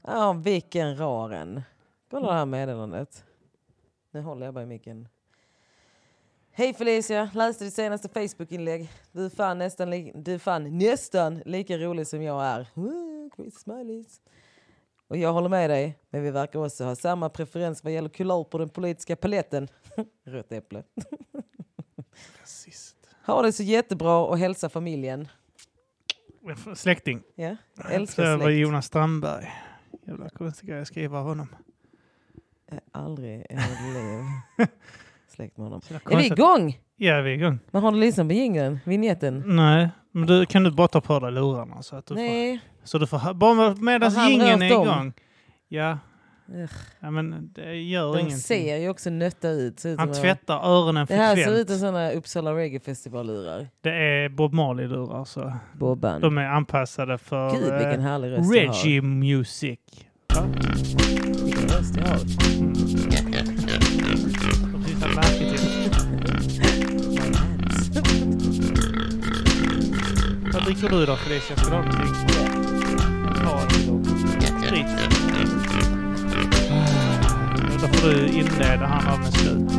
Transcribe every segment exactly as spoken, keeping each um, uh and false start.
Ja, vilken rar en. Kolla det här meddelandet. Nu håller jag bara i micken. Hej Felicia, läste ditt senaste Facebook-inlägg. Du är fan nästan, li- du är fan nästan lika rolig som jag är. Chris Smileys. Och jag håller med dig, men vi verkar också ha samma preferens vad gäller kulör på den politiska paletten. Rött äpple. Rasist. Ha det så jättebra och hälsa familjen. Släkting. Ja, älskar Det släkt. var Jonas Strandberg. Jävla konstigt jag skriver av honom. Jag aldrig i mitt liv släkt med honom. Så Är vi konstigt. igång? Ja, vi är igång. Man har du lyssnat på jingeln, vignetten? Nej, men du kan du bara ta på dig lurarna så att du Nej. får, så du får bara medan Har han jingeln är rört dem? igång. Ja. Ugh. Ja, men det gör De ingenting. ser ju också nötta ut. Ser ut Han som tvättar öronen det här ser frekvent. ut som sådana Uppsala Reggae-festival-lurar. Det är Bob Marley-lurar så. Bobban. De är anpassade för Gud, vilken eh, härlig röst jag har. Reggae music. Ja. Vilken röst jag har. Jag precis har märke till. Vad dricker du idag Felicia? Ska du ha någonting? Ta sprit. Då får du inleda han av med slut.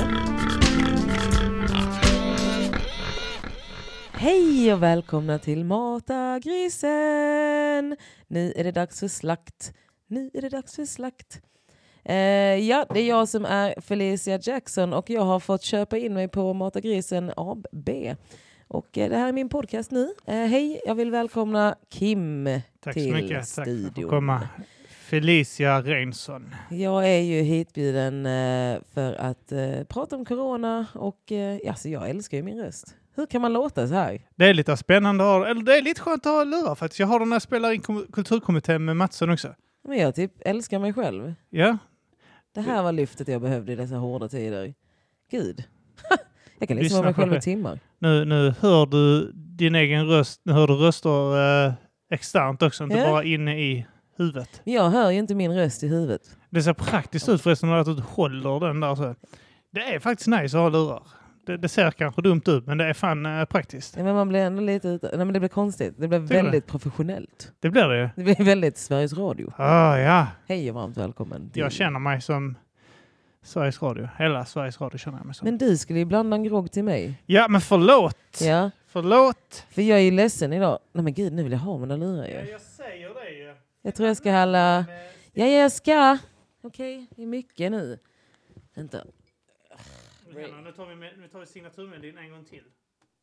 Hej och välkomna till Mata grisen. Nu är det dags för slakt. Nu är det dags för slakt. Eh, ja, det är jag som är Felicia Jackson och jag har fått köpa in mig på Mata grisen A B. Och eh, det här är min podcast nu. Eh, hej, jag vill välkomna Kim Tack till så mycket. studion. Tack för att komma. Felicia Reinsson. Jag är ju hitbjuden eh, för att eh, prata om corona och eh, alltså, jag älskar ju min röst. Hur kan man låta så här? Det är lite spännande att ha, eller det är lite skönt att ha lurar faktiskt. Jag har den när jag spelar in kom- kulturkommittén med Mattsson också. Men jag typ älskar mig själv. Ja. Det här var lyftet jag behövde i dessa hårda tider. Gud. Jag kan liksom Lyssna vara mig på själv det. i timmar. Nu, nu hör du din egen röst, nu hör du röster eh, externt också, inte Ja. bara inne i huvudet. Men jag hör ju inte min röst i huvudet. Det ser praktiskt ut förresten att du håller den där så. Det är faktiskt nice att ha lurar. Det, det ser kanske dumt ut, men det är fan eh, praktiskt. Ja, men man blir ändå lite ute. Nej, men det blir konstigt. Det blir Tycker du? väldigt professionellt. Det blir det ju. Det blir väldigt Sveriges Radio. Ah, ja, Hej och varmt välkommen. till- jag känner mig som Sveriges Radio. Hela Sveriges Radio känner jag mig som. Men du skulle ju blanda en grogg till mig. Ja, men förlåt. Ja, Förlåt. för jag är ju ledsen idag. Nej men gud, nu vill jag ha mina lurar ju. jag säger det ju. Jag tror jag ska hälla... Ja, jag ska. Okej, det är mycket nu. Vänta. Nu tar vi, med, nu tar vi signaturmelodin en gång till.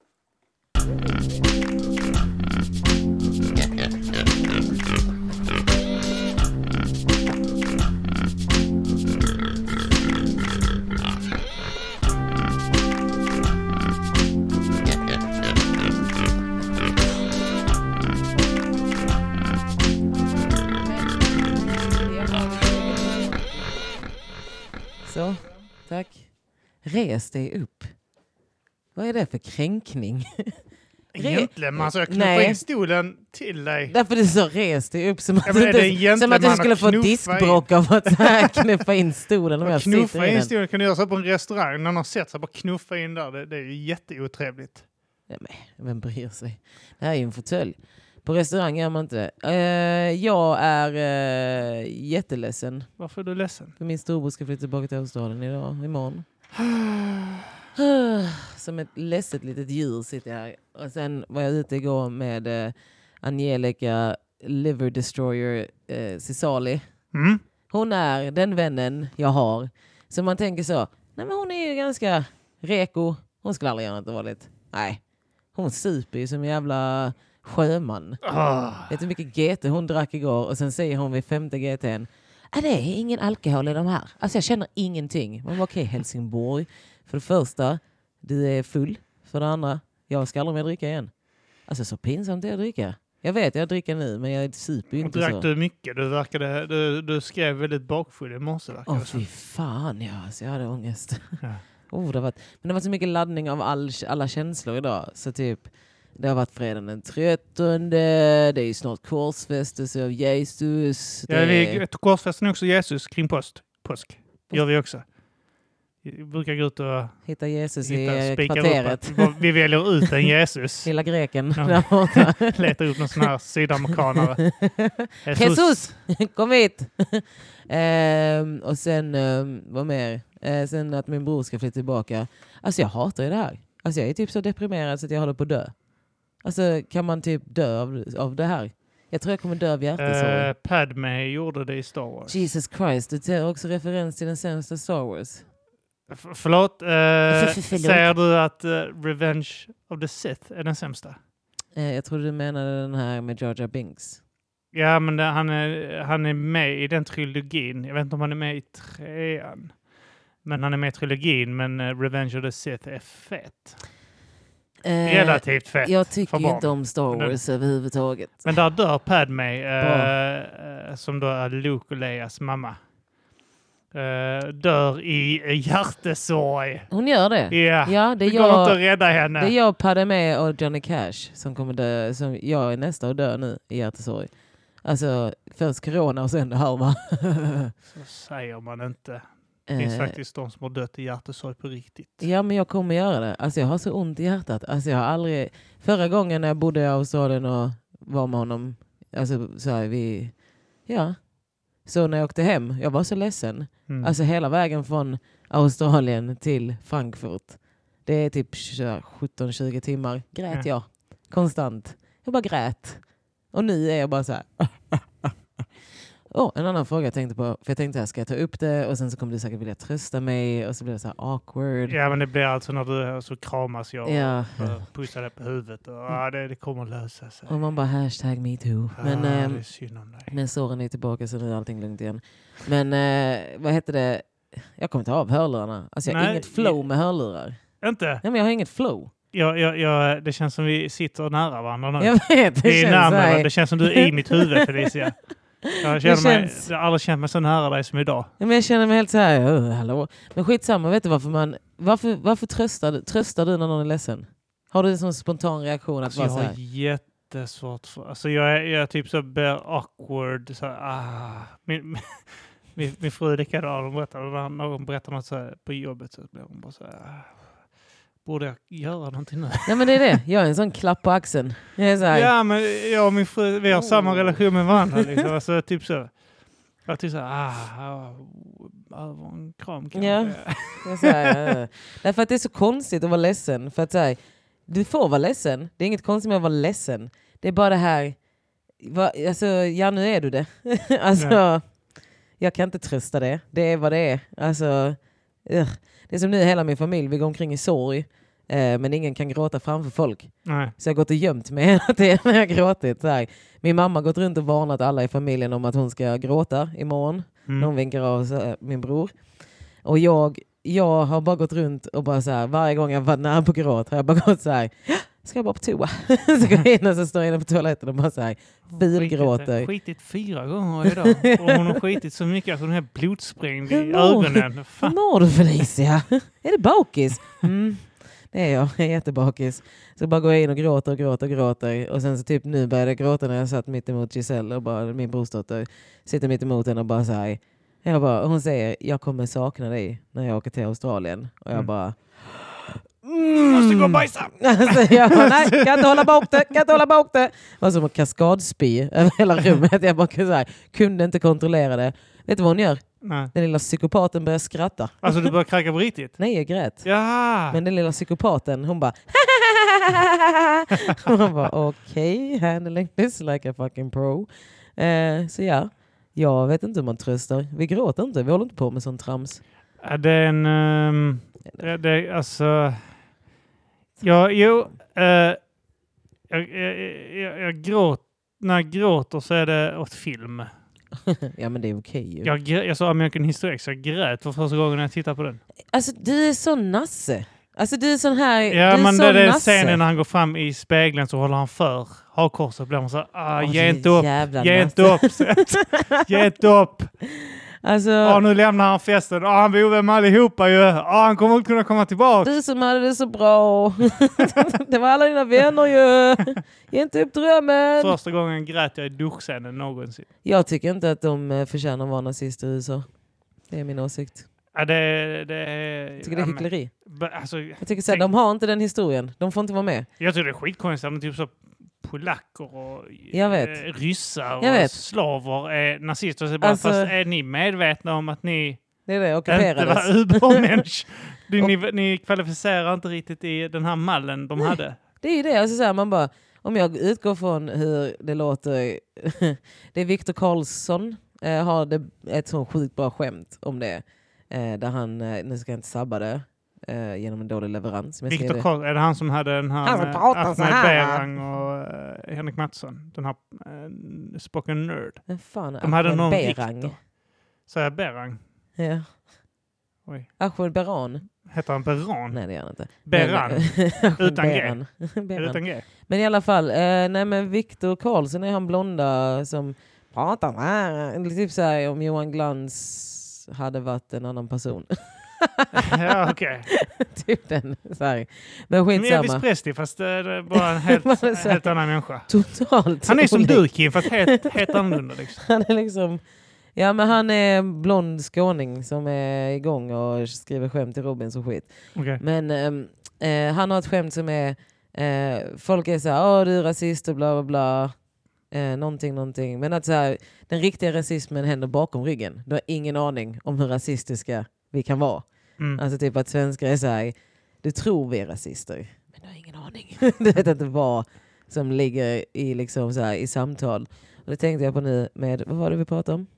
Så, tack. Res dig upp. Vad är det för kränkning? Egentligen, man ska knuffa Nej. in stolen till dig. Därför det så res dig upp som att, Ja, men du, är det inte, en som att du gentleman skulle att få knuffa diskbråck av att så här knuffa in stolen om jag Knuffa sitter i in den. stolen kan du göra så på en restaurang. När någon sätter sig bara knuffa in där. Det, det är ju jätteotrevligt. Ja, men, vem bryr sig? Det här är ju en fåtölj. På restaurang gör man inte det. Uh, jag är uh, jätteledsen. Varför är du ledsen? För min storbror ska flytta tillbaka till Australien idag, imorgon. Som ett ledset litet djur sitter jag här. Och sen var jag ute igår med uh, Angelica Liver Destroyer uh, Cisali. Mm. Hon är den vännen jag har. Så man tänker så, nej men hon är ju ganska reko. Hon skulle aldrig göra något dåligt. Nej, hon super ju som en jävla sjöman. Ah. Vet du hur mycket G T hon drack igår? Och sen säger hon vid femte G T:n, ah, det är ingen alkohol i de här. Alltså jag känner ingenting. Men okej, Helsingborg. För det första, du är full. För det andra, jag ska aldrig mer dricka igen. Alltså så pinsamt är det att dricka. Jag vet, jag dricker nu, men jag super ju Och inte drack så. du mycket? Du, verkade, du, du skrev väldigt bakfull i morse. Åh Oh, fy fan, ja. Alltså, jag hade ångest. ja. Oh, det har varit, men det har varit så mycket laddning av all, alla känslor idag. Så typ, det har varit fredagen den trettonde. Det är ju snart korsfästelse av Jesus. Det Ja, är... vi korsfästen också Jesus kring post. Påsk. Gör vi också. Vi brukar gå ut och hitta Jesus hitta, i spikar kvarteret. upp. Vi väljer ut en Jesus. Lilla greken. Ja. Där borta. Letar upp någon sån här sydamerikanare. Jesus! Jesus! Kom hit! ehm, och sen, um, vad mer? Eh, sen att min bror ska flytta tillbaka. Alltså jag hatar ju det här. Alltså jag är typ så deprimerad så att jag håller på att dö. Alltså kan man typ dö av, av det här? Jag tror jag kommer dö av hjärtesorg. Uh, Padme gjorde det i Star Wars. Jesus Christ, du tar också referens till den sämsta Star Wars. F- förlåt, uh, Förlåt. säger du att uh, Revenge of the Sith är den sämsta? Eh, jag trodde du menade den här med Jar Jar Binks. Ja, men det, han, är, han är med i den trilogin. Jag vet inte om han är med i trean. Men han är med i trilogin, men uh, Revenge of the Sith är fett. Eh, Relativt fett. Jag tycker för ju barn. inte om Star Wars Men- överhuvudtaget. Men där dör Padme, uh, uh, som då är Luke och Leias mamma. Uh, dör i uh, hjärtesorg. Hon gör det. Yeah. Ja, det Det är går inte att jag, rädda henne. det är jag, Padme och Johnny Cash som kommer dö. Som jag är nästa att dö nu i hjärtesorg. Alltså först corona och sen det här va. Så säger man inte. Det finns Eh, faktiskt de som har dött i hjärtesorg på riktigt. Ja, men jag kommer göra det. Alltså jag har så ont i hjärtat. Alltså jag har aldrig... Förra gången när jag bodde i Australien och var med honom, alltså så här, vi... Ja. Så när jag åkte hem, jag var så ledsen. Mm. Alltså hela vägen från Australien till Frankfurt. Det är typ sjutton tjugo timmar. Grät Ja. jag. Konstant. Jag bara grät. Och nu är jag bara så här... Oh, en annan fråga jag tänkte på. För jag tänkte här, ska jag ta upp det? Och sen så kommer du säkert vilja trösta mig. Och så blir det så här awkward. Ja, men det blir alltså när du så kramas jag Ja. och pussar dig på huvudet. Och, ja, det, det kommer att lösa sig. Och man bara hashtag me too. Men, ah, ehm, det är synd om dig. men såren är tillbaka så nu är allting lugnt igen. Men eh, vad heter det? Jag kommer inte av hörlurarna. Alltså jag har Nej, inget flow med hörlurar. Inte? Nej, men jag har inget flow. Jag, jag, jag, det känns som vi sitter nära varandra nu. Jag vet, det, det, är känns närmare, så här. det känns som du är i mitt huvud, Felicia. Jag, känner Det mig, känns- jag har aldrig känt mig så nära dig som idag. Ja, men jag känner mig helt så här, "Åh, hallå." Men skitsamma, vet du varför man... Varför, varför tröstar, du- tröstar du när någon är ledsen? Har du en sån spontan reaktion att Alltså, vara jag så har här? jättesvårt för... Alltså jag är, jag är typ så blir awkward. Så här, ah. min, min, min fru är likadan. Hon berättar, när någon berättar något så här på jobbet så blir hon bara så här... Ah. Borde jag göra någonting nu? Nej, men det är det. Jag är en sån klapp på axeln. Jag är så här, Ja, men jag och min fru, vi har samma Oh. relation med varandra. Liksom. Alltså, typ så. Jag typ så här, ah, över en kram kanske. Ja. jag är så här, äh. Därför att det är så konstigt att vara ledsen. För att så här, du får vara ledsen. Det är inget konstigt med att vara ledsen. Det är bara det här... Va, alltså, ja, nu är du det. alltså, Ja. jag kan inte trösta det. Det är vad det är. Alltså, ugh. Det är som nu hela min familj. Vi går omkring i sorg. Eh, men ingen kan gråta framför folk. Nej. Så jag har gått och gömt mig hela tiden när jag har gråtit. Så här. Min mamma har gått runt och varnat alla i familjen om att hon ska gråta imorgon. Mm. När hon vinkar av så här, min bror. Och jag, jag har bara gått runt och bara så här, varje gång jag var nära på gråt har jag bara gått så här, ska jag bara på toa? så går jag in och så står jag inne på toaletten och bara så här, filgråter. Skitit, skitit fyra gånger idag. Och hon har skitit så mycket att hon är blodsprängd i Hur mår- ögonen. Hur Fan. mår du Felicia? är det bakis? Mm. Det är jag, jag är jättebakis. Så bara går jag in och gråter och gråter och gråter. Och sen så typ nu började jag gråta när jag satt mitt emot Giselle och bara, min brorsdotter sitter mitt emot henne och bara så här. Jag bara, hon säger, jag kommer sakna dig när jag åker till Australien. Och jag Mm. bara... Måste gå och bajsa! Alltså, jag bara, nej, kan inte hålla bak det, kan inte hålla bak det. Det var som en kaskadspy över hela rummet. Jag bara så här, kunde inte kontrollera det. Vet du vad hon gör? Nej. Den lilla psykopaten börjar skratta. Alltså du börjar kracka på riktigt? Nej, jag grät. Ja. Men den lilla psykopaten, hon bara... hon bara, okej, okay, handling this like a fucking pro. Eh, så ja, jag vet inte hur man tröstar. Vi gråter inte, vi håller inte på med sån trams. Ja, det är en... Um, det, det, alltså... Ja, jo. Uh, jag, jag, jag, jag gråter... När jag gråter så är det åt film. Ja, men det är okej ju. Jag, grä- jag sa American History X, jag grät för första gången när jag tittade på den. Alltså, du är så nasse. Alltså, du är sån här... Ja, du är men så det är den nasse. scenen när han går fram i spegeln så håller han för hakkorset. Blir man så ah, Åh, ge så inte upp, jävla ge nasse. inte upp, Seth. Ge inte upp. Alltså, Ja, nu lämnar han festen. Ah, han bor med allihopa ju. Ah, han kommer inte kunna komma tillbaka. du som hade det så bra. Det var alla dina vänner ju. Ge inte upp drömmen. Första gången grät jag i duschscenen någonsin. Jag tycker inte att de eh, förtjänar att vara nazister i U S A. Det är min åsikt. Ja, det, det är... Jag tycker det är hyckleri. Men, alltså, jag tycker så här, de har inte den historien. De får inte vara med. Jag tycker det är skitkonstigt. Typ så polacker och jag vet. Eh, ryssar och vet. slaver är nazister. Så bara, alltså, fast är ni medvetna om att ni det är det, ockuperades? inte var ubermensch? ni, ni kvalificerar inte riktigt i den här mallen de Nej, hade. Det är ju det. Alltså, så här, man bara, om jag utgår från hur det låter... det är Viktor Karlsson eh, har det ett sånt sjukt bra skämt om det. Eh, där han, eh, nu ska jag inte sabba det, eh, genom en dålig leverans. Viktor Karlsson, är det han som hade den här han med Ahmed Berang och uh, Henrik Mattsson? Den här uh, spoken nerd. Men fan, de hade någon Berang. Viktor. Så jag Berang? Ja. Oj. Ahmed Beran. Heter han Beran? Nej, det gör han inte. Beran. Utan Beran. G. Beran. Utan G. Men i alla fall, eh, nej men Viktor Karlsson är han blonda som pratar här. Typ så här, om Johan Glans hade varit en annan person. Ja, okej. Okay. Typ den. Sorry. Men skitsamma. Elvis Presley, fast det är bara en helt, helt annan människa. Totalt. Han är som du, Kim, fast helt, helt annorlunda. Liksom. Han är liksom... Ja, men han är blond skåning som är igång och skriver skämt till Robins och skit. Okay. Men eh, han har ett skämt som är... Eh, folk är så här, åh du är rasist och bla bla bla. Eh, någonting, någonting. Men att så här, den riktiga rasismen händer bakom ryggen. Du har ingen aning om hur rasistiska vi kan vara. Mm. Alltså typ att svenskar är så här, du tror vi är rasister, men du har ingen aning. Du vet inte vad som ligger i, liksom så här, i samtal. Och det tänkte jag på nu med, vad var det vi pratade om?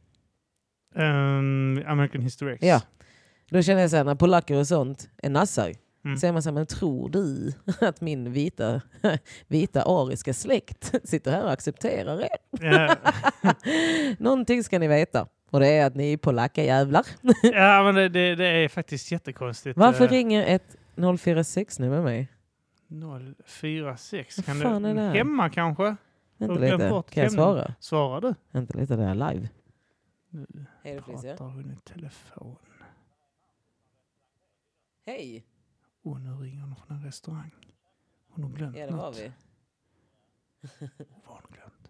Um, American History X. Ja, då känner jag så här, när polacker och sånt är nassar. Mm. Så är man så här, men tror du att min vita, vita ariska släkt sitter här och accepterar er? Yeah. Någonting ska ni veta. Och det är att ni är polacka jävlar. Ja, men det, det, det är faktiskt jättekonstigt. Varför ringer ett noll fyra sex nu med mig? noll fyra sex? Kan fan du är det här? Hemma kanske? Vänta lite, kan jag svara? Svarar du? Vänta lite, det är live. Nu Hej då, Felicia. pratar hon i telefon. Hej! Och nu ringer hon från en restaurang. Hon har glömt Ja, det var något. vi. Vad har hon glömt?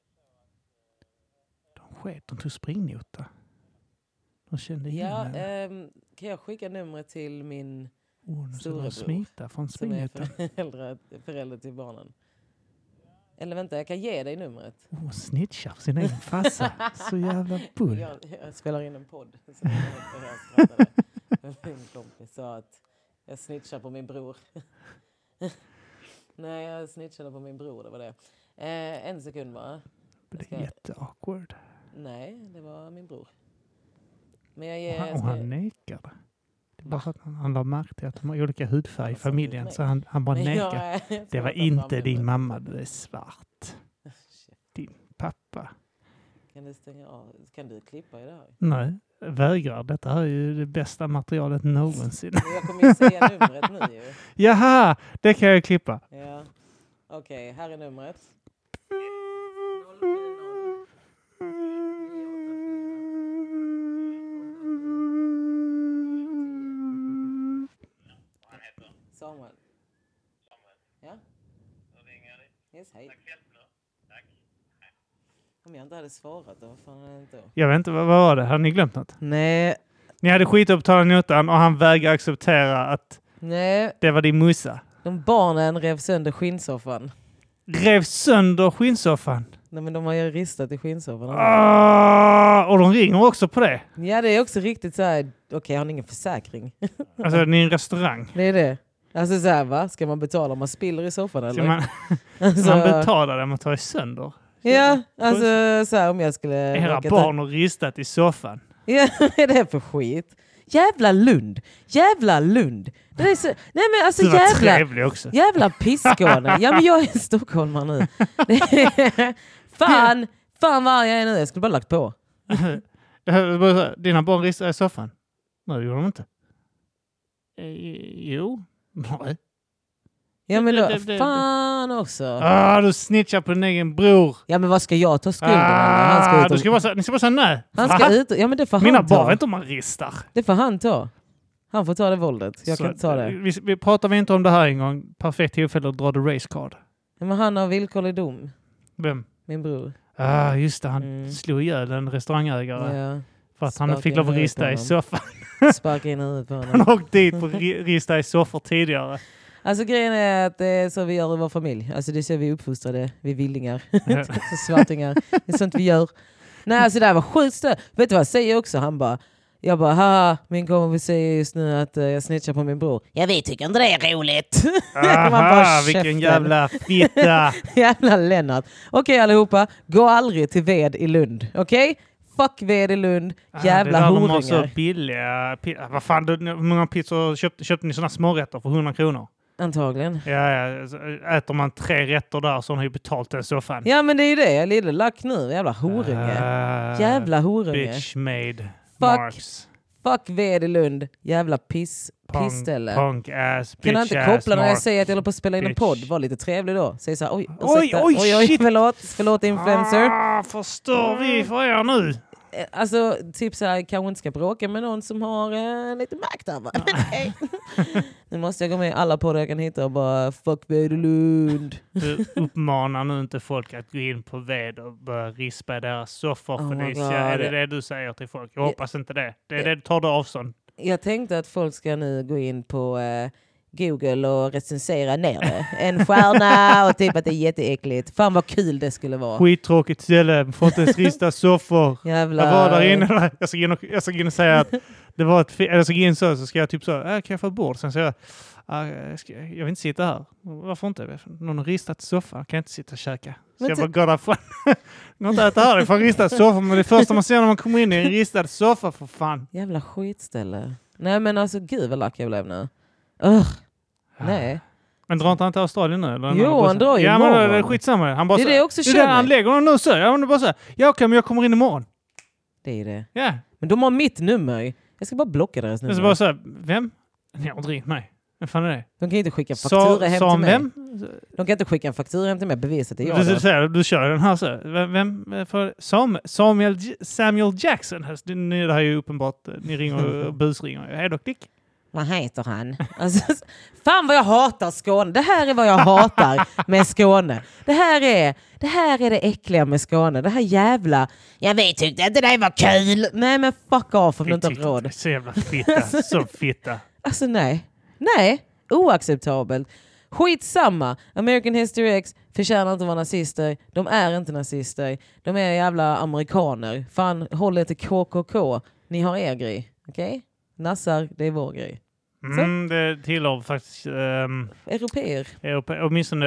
De sket, de tog springnota. De kände igen Ja, henne. ähm, kan jag skicka numret till min oh, storebror? Smita från springnotan. Som är förälder, förälder till barnen. Eller vänta, jag kan ge dig numret. Åh, oh, snitchar sin egen farsa. Så jävla bull. Jag, jag spelar in en podd. Så jag skrattade. Min kompis sa att jag snitchar på min bror. Nej, jag snitchade på min bror, det var det. Eh, en sekund bara. Det är ska... jätteawkward. Nej, det var min bror. Men jag ger... Och han, jag ska... och han nekade. Det var för att han, han la märke till att de har olika hudfärg i familjen. Så han, han bara nekade. Jag, det var inte din mamma, det är svart. Din pappa. Kan du stänga av? Kan du klippa i det här? Nej, vägrar. Detta här är ju det bästa materialet någonsin. Jag kommer ju säga numret nu ju. Jaha, det kan jag klippa. Ja. Okej, okay, här är numret. Samuel. Samuel. Ja? Då ringer jag. Yes, hej. Tack så jättemycket. Tack. Om jag inte hade svarat då, vad fan är det inte då? Jag vet inte, vad var det? Har ni glömt något? Nej. Ni hade skit upp ta notan och han vägrar acceptera att Nej. Det var din mussa. De barnen rev sönder skinnsoffan. Rev sönder skinnsoffan? Nej, men de har ju ristat i skinnsoffan. Ah, och de ringer också på det? Ja, det är också riktigt så här. Okej, okay, har ni ingen försäkring? Alltså, ni är en restaurang. Det är det. Alltså så här, va? Ska man betala om man spiller i soffan eller? Ska man, alltså, man betalar det om man tar i sönder? Ja, alltså så här om jag skulle... Era barn har ristat i soffan. Ja, vad är det för skit? Jävla Lund. Jävla Lund. Det är så... Nej men alltså du var jävla... trevlig också. Jävla piskåne. Ja men jag är stockholmare nu. fan. Fan vad jag är nu. Jag skulle bara lagt på. Dina barn ristade i soffan? Nej, det gjorde de inte. E- jo. Nej. Ja men då, det, det, fan det. också. Ah, du snitchar på din egen bror. Ja men vad ska jag ta skulden? Ah, han ska ut och... du ska bara säga, ni ska bara säga nej. Han ska Va? ut och... Ja men det får Mina han ta. barn vet inte om man ristar. Det får han ta. Han får ta det våldet. Jag så, kan inte ta det. Vi, vi pratar vi inte om det här en gång. Perfekt tillfälle att dra the race card. Ja, men han har villkorlig dom. Vem? Min bror. Ah, just det. Han mm. slog ihjäl en restaurangägare. Ja. För att han fick lov att rista i soffan. Sparka in huvudet på Han honom. har åkt dit på ri- rista i soffor tidigare. Alltså grejen är att det är så vi gör i vår familj. Alltså det är så vi är uppfostrade. Vi är villingar. Ja. Så svartingar. Det är sånt vi gör. Nej, alltså det här var sjukt stört. Vet du vad jag säger också? Han bara, jag bara, haha, min kompis säger just nu att uh, jag snitchar på min bror. Jag vet, tycker inte det är roligt. Man bara, Aha, käften. vilken jävla fitta. Jävla Lennart. Okej allihopa, gå aldrig till ved i Lund. Okej? Fuck ved i Lund. Jävla ah, det horungar. de har så billiga... pi- Vad fan, du, hur många pizzor köpte, köpte ni sådana smårätter för hundra kronor? Antagligen. Ja, ja, alltså, äter man tre rätter där så har man ju betalt den soffan. Ja men det är ju det. Jag lider lack nu. Jävla horunge. Uh, Jävla horunge. Bitch made Fuck. marks. Fuck ved i Lund. Jävla piss. Pissställe. Punk ass, bitch Kan jag inte ass koppla när jag mark. säger att jag håller på att spela in en bitch. podd? Var lite trevlig då. Säg så här, oj, Oj, ursäkta. oj, oj, oj, shit. förlåt. Förlåt influencer. Ah, förstår vi för er nu? Eh, Alltså, typ så här, kanske inte ska bråka med någon som har eh, lite makt där va? Nej. Nu måste jag gå med i alla poddar jag kan hitta och bara fuck ved i Lund. Du uppmanar nu inte folk att gå in på ved och börja rispa i deras soffor. Oh för det my är, så- God. är det det du säger till folk? Jag Ja. hoppas inte det. Det är det tar du avstånd. Jag tänkte att folk ska nu gå in på eh, Google och recensera ner det. En stjärna och typ att det är jätteäckligt. Fan vad kul det skulle vara. Skittråkigt ställe. Får inte ens rista soffor. Jävla... Jag var där inne. Jag ska in och, jag ska in och säga att det var ett fel. Eller jag ska in så, så ska jag typ så. Äh, kan jag få ett bord? Sen säger jag. Ah, jag, ska, jag vill inte sitta här. Varför inte? Någon har ristat soffa. Kan jag inte sitta och käka? Så Men jag ty- bara går därifrån. Jag går inte äta här. Det är fan ristad soffa. Men det första man ser när man kommer in är en ristad soffa för fan. Jävla skitställe. Nej men alltså gud vad lack jag blev nu. Ugh. Nej. Men drar inte han till Australien nu? Eller? Jo, han drar ju Ja, men imorgon. det är skitsamma. Han bara Det är så, det jag också det är känner. det han lägger honom nu så. Ja, men det bara så. Ja, okej, men jag kommer in imorgon. Det är ju det. Ja. Men de har mitt nummer. Jag ska bara blocka deras Det är nummer. så bara så här, vem? Nej, jag har inte ringt mig. Vem fan är det? De kan inte skicka en faktura hem Sa till mig. vem? De kan inte skicka en faktura hem till mig. Bevisa att det är jag. Du, du, då. säger, du kör den här så. Vem? vem för Sam, Samuel, Samuel Jackson. Det, ni, det här är ju uppenbart. Ni ringer och busringer. Hej då, klick. Vad heter han? Alltså, fan vad jag hatar Skåne. Det här är vad jag hatar med Skåne. Det här är det här är det äckliga med Skåne. Det här jävla... Jag vet tyckte inte det var kul. Nej men fuck off om du inte har råd. Det är så jävla fitta. Så fitta. Alltså nej. Nej. Oacceptabelt. Skitsamma. American History X förtjänar inte att vara nazister. De är inte nazister. De är jävla amerikaner. Fan, håll er till K K K. Ni har er grej. Okej? Okay? Nassar, det är vår grej. Mm, det tillhör faktiskt um, Europeer. Europa, åtminstone...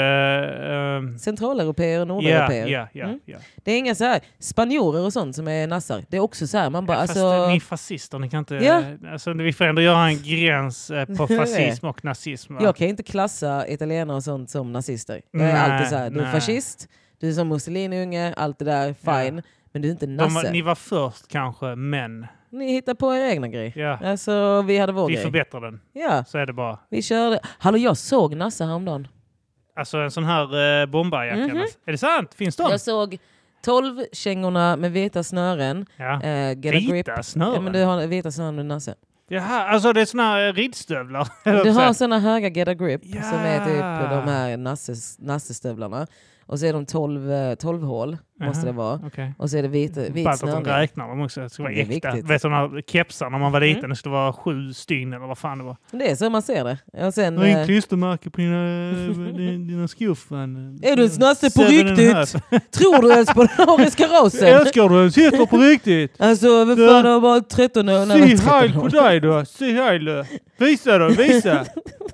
Um, Centraleuropeer och ja, nordeuropeer. ja, ja, Mm. ja. Det är inga så här spanjorer och sånt som är nassar. Det är också så här. Man bara, Ja, fast alltså... ni är fascister, ni kan inte... Ja. Alltså, vi får ändå göra en gräns eh, på fascism och nazism. Va? Jag kan inte klassa italienare och sånt som nazister. Jag är Nej, alltid så här, du är nej. fascist, du är som Mussolini-unge, allt det där, fine. Ja. Men du är inte De, nasse. ni var först kanske, men Ni hittar på er egna grej. ja, Alltså, vi hade vår vi grej. förbättrar den. Ja, Så är det bara. vi körde. Hallå, jag såg Nasse häromdagen. Alltså en sån här eh, bombarjacka. Mhm. Är det sant? Finns de? Jag såg tolv kängorna med vita snören. Ja. Eh, get a grip. Vita snören? Ja, men du har vita snören med Nasse. Jaha, alltså det är såna här ridstövlar. eller Du så här. har såna höga get a grip Ja. som är typ de här Nasses, Nasse-stövlarna. Och så är de tolv, eh, tolv hål, måste Aha. det vara. Okej. Och så är det vit, vit Ballt att de snöre. räknar dem också. Det ska vara Det är äkta. viktigt. Vet du de här kepsar när man var liten? Mm. Det skulle vara sju stygn eller vad fan det var. Det är så man ser det. Och sen, Det är eh, klistermärke på dina, dina, dina skor. Fan. är du en Nasse på Seven and a riktigt? half. Tror du ens på den ariska rasen? Älskar du den? Sitter på riktigt? Alltså, vem Ja. fan har varit tretton år? Nej, Se tretton heil år. på dig då. Se heil då. Visa då, visa.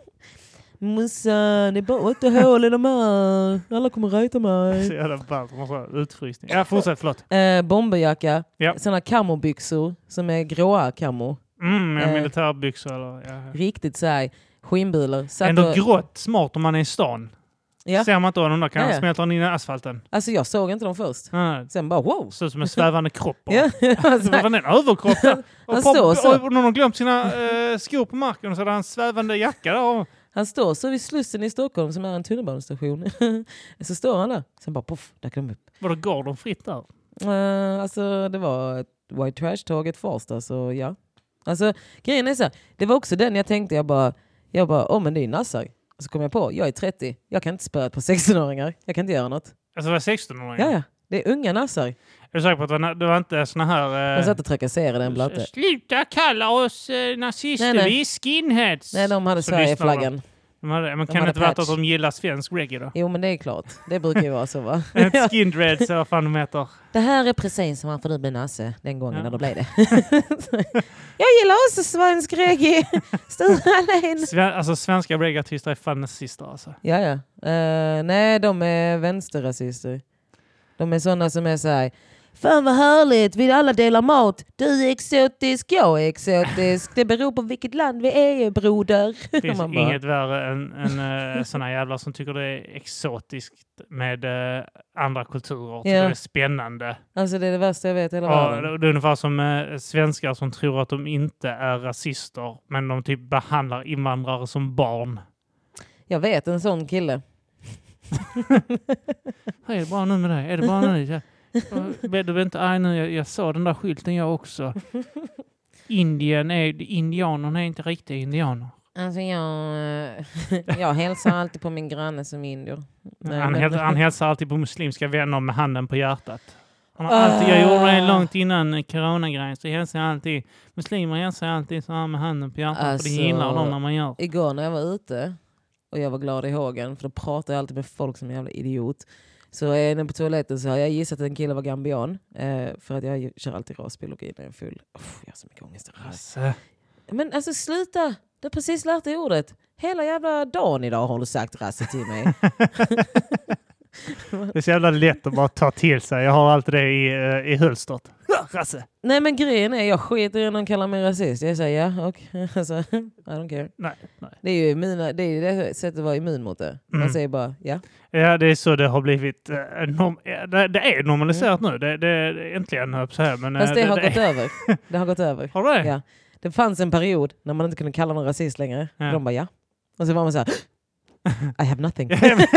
Mussa, det är bara åtta hål i de här. Alla kommer röjta Så mig. jävla ballt. Man får utfrysning. Ja, fortsätt. Förlåt. Eh, bomberjacka. Ja. Såna kamobyxor som är gråa kamo. Mm, ja, Eh. militärbyxor eller... Ja. Riktigt så här skinnbulor. Satt Ändå och- grått. Smart om man är i stan. Ja. Ser man inte vad de där kan Ja, ja. smälta in i asfalten. Alltså jag såg inte dem först. Ja. Sen bara wow. Ser ut som en svävande kropp. bara. Ja, Alltså, vad var det, en överkropp där? Och, Han på, står så. och någon har glömt sina eh, skor på marken och så hade han en svävande jacka där. Han står så vid Slussen i Stockholm som är en tunnelbanestation. Så står han där. Sen bara poff, där kom de upp. Vadå, går de fritt där? Uh, alltså det var ett white trash-tåget först. Alltså ja. Alltså grejen är så här, det var också den jag tänkte. Jag bara, jag bara åh oh, men det är nassar. Och så kom jag på, jag är trettio. Jag kan inte spöa på sexton-åringar. Jag kan inte göra något. Alltså var sexton-åringar? Ja, ja. Det är unga nassar. Är du säker på att det var, det var inte såna här... De satt och trakasserade en blatte. Sluta kalla oss eh, nazister, nej, nej. vi är skinheads. Nej, de hade Sverigeflaggan. De hade, men de kan det inte vara att de gillar svensk reggae då? Jo, men det är klart. Det brukar ju vara så, va? Ett skindred, så vad fan de heter. Det här är precis som varför du blev nasse den gången ja. när det blev det. Jag gillar också svensk reggae. Stora Sve- alltså svenska reggae-artister är fan nazister alltså. Ja, ja. Uh, nej, de är vänsterrasister. De är sådana som är så här: fan vad härligt, vi alla delar mat. Du är exotisk, jag är exotisk. Det beror på vilket land vi är, broder. Det finns bara, inget värre än, än uh, sådana jävlar som tycker det är exotiskt med uh, andra kulturer. Tycker ja. det är spännande. Alltså det är det värsta jag vet i hela ja, världen. det är ungefär som uh, svenskar som tror att de inte är rasister, men de typ behandlar invandrare som barn. Jag vet en sån kille. Är det bara nu med dig? Är det bara nu? Du vet inte, aj nu, jag, jag såg den där skylten jag också. Indien är, indianerna är inte riktiga indianer. Alltså jag, jag hälsar alltid på min granne som indier. Nej, han, men... häl, han hälsar alltid på muslimska vänner med handen på hjärtat. Han har alltid, jag gjorde det långt innan coronagrejen, så jag hälsar alltid, muslimer hälsar alltid så här med handen på hjärtat, alltså, för det gillar de när man gör. Igår när jag var ute och jag var glad i hågen, för då pratar jag alltid med folk som är jävla idiot. Så jag är inne på toaletten så har jag gissat att en kille var gambian. Eh, för att jag kör alltid rasbiologi när jag är full. Uff, jag har så mycket ångest. Alltså. Men alltså sluta! Du har precis lärt dig ordet. Hela jävla dagen idag har du sagt rasse till mig. Det är så jävla lätt att bara ta till sig. Jag har alltid det i, i hölstret. Rasse. Nej, men grejen är, jag skiter i när de kallar mig rasist. Jag säger ja, och alltså, I don't care. Nej, nej. Det är ju mina, det är ju det sättet att vara immun mot det. Man Mm. säger bara ja. Ja, det är så det har blivit. Uh, norm- det, det är normaliserat mm. nu. Det, det, det äntligen höll så här. Men, fast det, det har det gått är... över. Det har gått över. Har det? Ja. Det fanns en period när man inte kunde kalla någon rasist längre. Ja. De bara ja. Och så var man så här, I have nothing.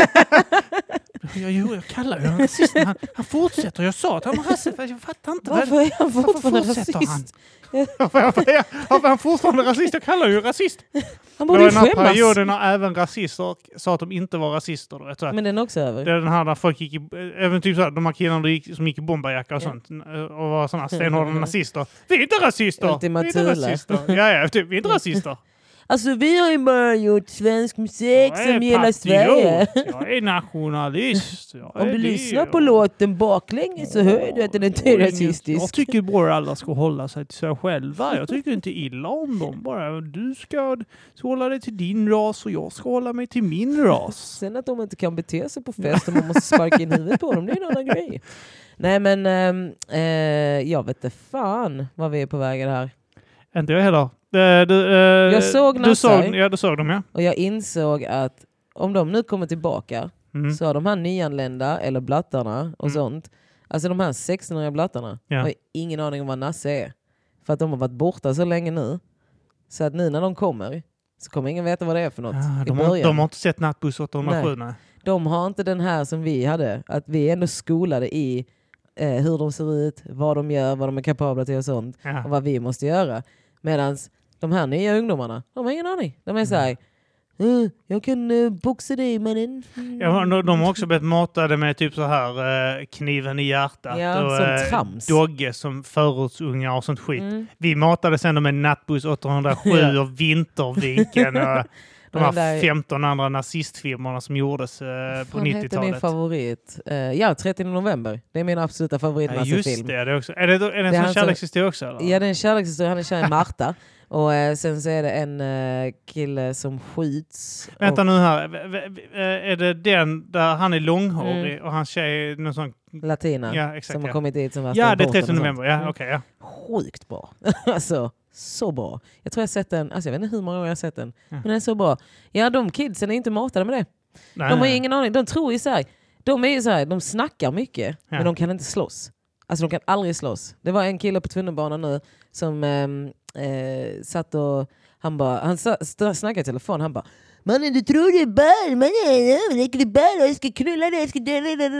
jag, jag, jag kallar ju honom rasist. Han, han fortsätter. Jag sa att han var rasist. Jag fattar inte. Varför är han fortfarande rasist? Han? Varför är han fortfarande rasist? Jag kallar ju rasist. Han borde ju skämmas. Den här skämmas. perioden när även rasister sa att de inte var rasister. Då, vet du. Men den är också över. Det är den här där folk gick i, även typ så här, de här killarna gick, som gick i bomberjacka och Ja. sånt. Och var sådana stenhårda nazister. Vi är inte rasister! Ultima Vi är inte Thule. rasister. Ja, ja, typ, vi är inte rasister. Alltså vi har ju bara gjort svensk musik Jag är som gillar patriot. Sverige. Jag är nationalist. Jag Om är du det. lyssnar på låten baklänges så hör du att den inte är rasistisk. Jag tycker bara alla ska hålla sig till sig själva. Jag tycker inte illa om dem. Bara du ska hålla dig till din ras och jag ska hålla mig till min ras. Sen att de inte kan bete sig på fest och man måste sparka in huvudet på dem, det är en annan grej. Nej men ähm, äh, jag vet inte fan vad vi är på väg i det här. Inte jag heller. Du, du, uh, jag såg du såg, nassar, ja, du såg dem, ja. och jag insåg att om de nu kommer tillbaka Mm. så har de här nyanlända eller blattarna och Mm. sånt, alltså de här sexton-åriga blattarna Ja. har ingen aning om vad nasse är. För att de har varit borta så länge nu. Så att nu när de kommer så kommer ingen veta vad det är för något Ah, i de, har, början. de har inte sett Nattbuss åttahundrasju. Nej. De har inte den här som vi hade. Att vi är ändå skolade i eh, hur de ser ut, vad de gör, vad de är kapabla till och sånt. Ja. Och vad vi måste göra. Medan de här nya ungdomarna, de har ingen aning. De är så här, uh, jag kan uh, boxa dig mannen. Mm. Ja, de, de har också blivit matade med typ så här uh, kniven i hjärtat. Ja, och som uh, trams. Dogge som förortsungar och sånt skit. Mm. Vi matade sen med Nattbuss åttahundrasju Ja. och Vinterviken och de här Den där- femton andra nazistfilmerna som gjordes uh, på Vad heter min nittiotalet. favorit? Uh, ja, trettonde november. Det är min absoluta Ja, favoritnassefilm. just det, det är också. Är det, är det en Det är sån han som- kärlekshistoria också? Eller? Ja, det är en kärlekshistoria. Han är kär i Marta. Och eh, sen så är det en eh, kille som skjuts. Vänta och nu här. V- v- v- Är det den där han är långhårig Mm. och hans tjej är någon sån... Latina. Ja, exakt, som har ja. kommit dit som värsta Ja, det är båten och trettonde sånt. november. Ja, Mm. okej, ja. Sjukt bra. Alltså, så bra. Jag tror jag har sett den, alltså jag vet inte hur många gånger jag har sett den. Ja. Men den är så bra. Ja, de kidsen är inte matade med det. Nej, De har ju nej. ingen aning. De tror ju så här. De är ju så här, de snackar mycket. Ja. Men de kan inte slåss. Alltså de kan aldrig slåss. Det var en kille på tunnelbanan nu som ehm, eh, satt och han bara, han sa, st- snackade i telefon. Han bara, mannen du tror det är barn, mannen, jag leker det barn och jag ska knulla det, jag ska dö, dö, dö, dö.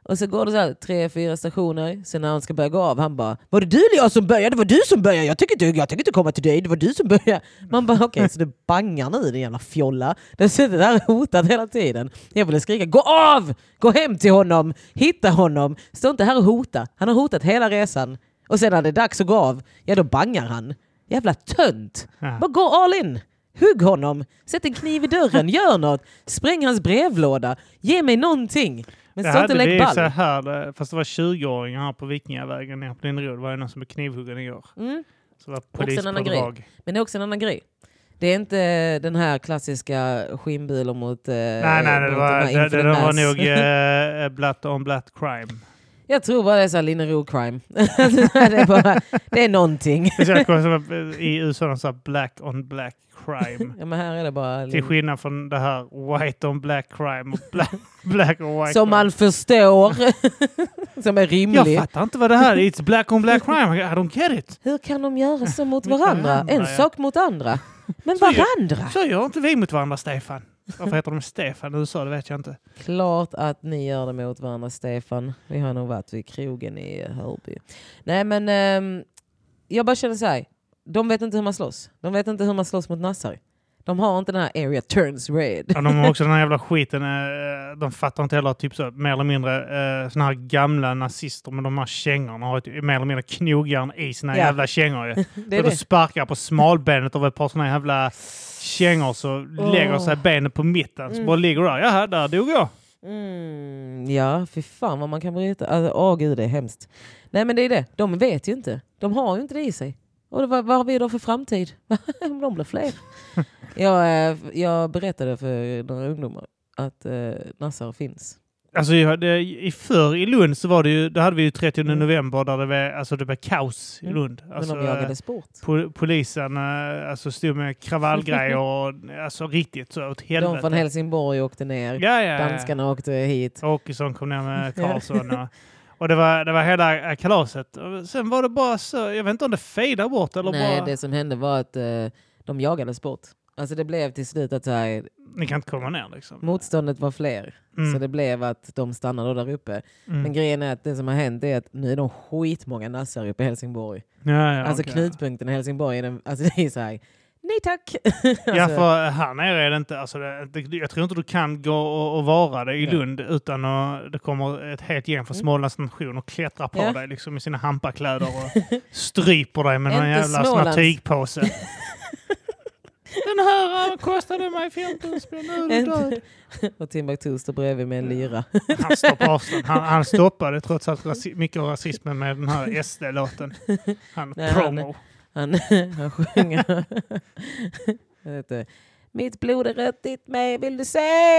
Och så går det så här tre, fyra stationer. Sen när han ska börja gå av, han bara, var det du eller jag som började? Det var du som började. Jag tycker inte, jag tycker inte komma till dig. Det var du som började. Man bara, okej, okay, så det bangar nu, den jävla fjolla. Den sitter där hotat hela tiden. Jag ville skrika, gå av! Gå hem till honom. Hitta honom. Stå inte här och hota. Han har hotat hela resan. Och sen när det är dags att gå av, ja då bangar han. Jävla tönt. Ja. Bara gå all in. Hugg honom. Sätt en kniv i dörren. Gör något. Spräng hans brevlåda. Ge mig någonting. Men det stå inte lägg ball. Så här, fast det var tjugo-åringar här på Vikingavägen ner på Linderud. Det var ju någon som blev knivhuggen igår. Mm. Så det var polis på drag. Men det är också en annan grej. Det är inte den här klassiska skinnbilen mot... Eh, nej, nej, det var, det, det, det var nog uh, blatt on blatt crime. Jag tror bara det är så här Linnerud crime. det, är bara, det är någonting. I U S A så black on black crime. Ja, men här är det bara... Till skillnad från det här white on black crime och black, black on white som crime. Man förstår. Som är rimligt. Jag fattar inte vad det här är. It's black on black crime. I don't get it. Hur kan de göra så mot varandra? varandra en ja. sak mot andra. Men så varandra. Gör, så gör inte vi mot varandra, Stefan. Varför heter de Stefan i U S A? Det vet jag inte. Klart att ni gör det mot varandra, Stefan. Vi har nog varit vid krogen i Hörby. Nej, men um, jag bara känner så här. De vet inte hur man slåss. De vet inte hur man slåss mot nassar. De har inte den här area turns red. Ja, de har också den här jävla skiten. De fattar inte heller typ så mer eller mindre eh, såna här gamla nazister med de här kängorna har ett mer eller mindre knogjärn i sina ja. jävla kängor. Ju. det är det. Du sparkar på smalbenet av ett par såna här jävla kängor så oh. lägger sig benet på mitten. Så mm. bara ligger där. Jaha, där dog jag. Mm, ja, för fan vad man kan bryta. Alltså, åh gud, det är hemskt. Nej, men det är det. De vet ju inte. De har ju inte det i sig. Och vad, vad har vi då för framtid? De blir fler. jag, jag berättade för några ungdomar att eh, nassar finns. Alltså det, i förr i Lund så var det ju, då hade vi ju trettionde november där det var, alltså det var kaos i Lund. Alltså, men de jagade sport. Po, polisen alltså stod med kravallgrejer och alltså riktigt så åt helvete. De från Helsingborg åkte ner. Ja, ja, danskarna ja. åkte hit. Åkesson kom ner med Karlsson och Och det var, det var hela kalaset. Och sen var det bara så, jag vet inte om det fejdade bort eller Nej, bara... det som hände var att eh, de jagade sport. Alltså det blev till slut att så här, ni kan inte komma ner liksom. Motståndet var fler. Mm. Så det blev att de stannade där uppe. Mm. Men grejen är att det som har hänt är att nu är de skitmånga nassar uppe i Helsingborg. Ja, ja, alltså okay. Knutpunkten i Helsingborg är den, alltså det är så här. Nej tack. alltså. Ja, för här nere är det inte, alltså det, det, jag tror inte du kan gå och, och vara det i ja. Lund utan att det kommer ett helt gäng från Smålands nation och klättrar på ja. dig liksom i sina hampakläder och stryper dig med någon jävla sån här tygpåse. Den här kostade mig femton spänn. Och Timbuktu står bredvid med en lyra. Han stoppar avstånd. Han, han stoppade trots allt rasi- mycket rasismen med den här S D-låten. Han Nej, promo. Han, han, han sjunger. vet du, mitt blod är rött, ditt mig vill du se?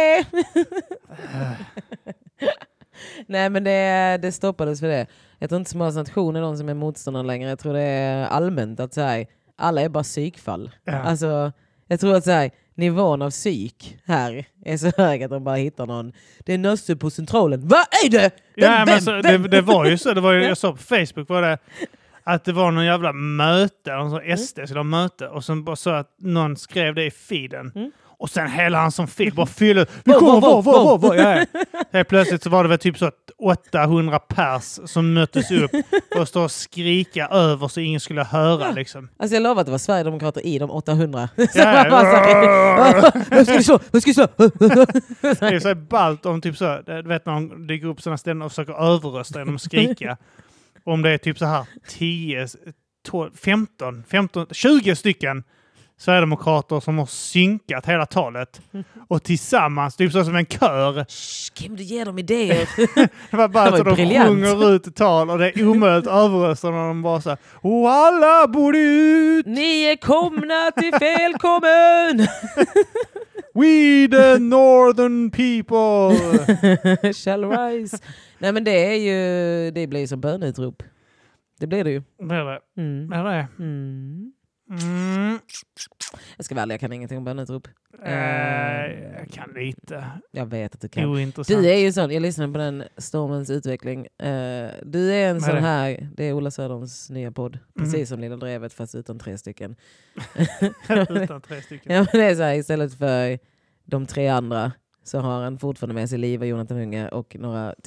Nej, men det, det stoppades för det. Jag tror inte Smålands nation är de som är motståndare längre. Jag tror det är allmänt att säga alla är bara psykfall. Ja. Alltså, jag tror att så här, nivån av psyk här är så hög att de bara hittar någon. Det är nösse på centralen. Vad är det? Ja, vem, men så, det, det var ju så. Det var ju, jag såg på Facebook var det att det var någon jävla möte, någon sån S D skulle möte och sen bara så att någon skrev det i feeden. Mm. Och sen hela han som feed bara fyllde. Vi kommer, vad, vad, vad, vad, ja. Helt plötsligt så var det väl typ så att åttahundra pers som möttes upp och stod och skrika över så ingen skulle höra ja. liksom. Alltså jag lovar att det var Sverigedemokrater i de åttahundra. Ja. Vad ska du så? Vad ska du så? Det är så ballt om typ så, du vet när de dyker upp sådana ställen och försöker överrösta genom att skrika. Om det är typ så här tio, tolv, femton, femton, tjugo stycken Sverigedemokrater som har synkat hela talet och tillsammans, typ så som en kör. Kim, du ger dem idéer. Det var bara så de sjunger ut ett tal och det är omöjligt att överrösta när de bara så här, och alla borde ut! Ni är komna till fel kommun! We the northern people shall rise. Nej, men det är ju, det blir som bönutrop. Det blir det ju. Det är det. Mm. Det är det. Mm. Mm. Jag ska välja, jag kan ingenting om bönutrop. Uh, jag kan lite. Jag vet att du kan. Ointressant. Du är ju sån, jag lyssnar på den Stormens utveckling. Uh, du är en sån här, det är Ola Söderholms nya podd. Precis mm. som Lilla Drevet fast utan tre stycken. utan tre stycken. Ja, men det är så här, istället för de tre andra så har han fortfarande med sig Liva, Jonathan Unge och några till.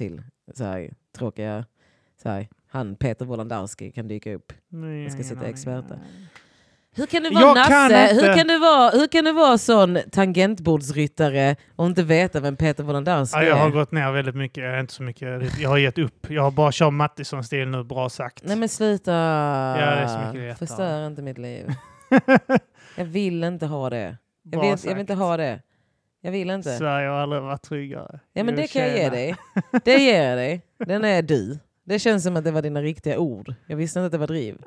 så här, tråkiga... Så här, han Peter Wolodarski kan dyka upp. Nej, Jag ska ingen sitta aning. experter. Hur kan du vara Jag kan Nasse? inte. Hur kan du vara, hur kan du vara sån tangentbordsryttare och inte veta vem Peter Wolodarski Ja, är? jag har gått ner väldigt mycket. Jag är inte så mycket. Jag har gett upp. Jag har bara kört Mattisson-stil nu, bra sagt. Nej men sluta. Ja, det är så mycket lättare. Förstör inte mitt liv. Jag vill inte ha det. Jag Bra vill, jag sagt. vill inte ha det. Jag vill inte. Sverige har aldrig varit tryggare. Ja men Jo, det kan jag ge tjena. dig. Det ger jag dig. Den är du. Det känns som att det var dina riktiga ord. Jag visste inte att det var driv.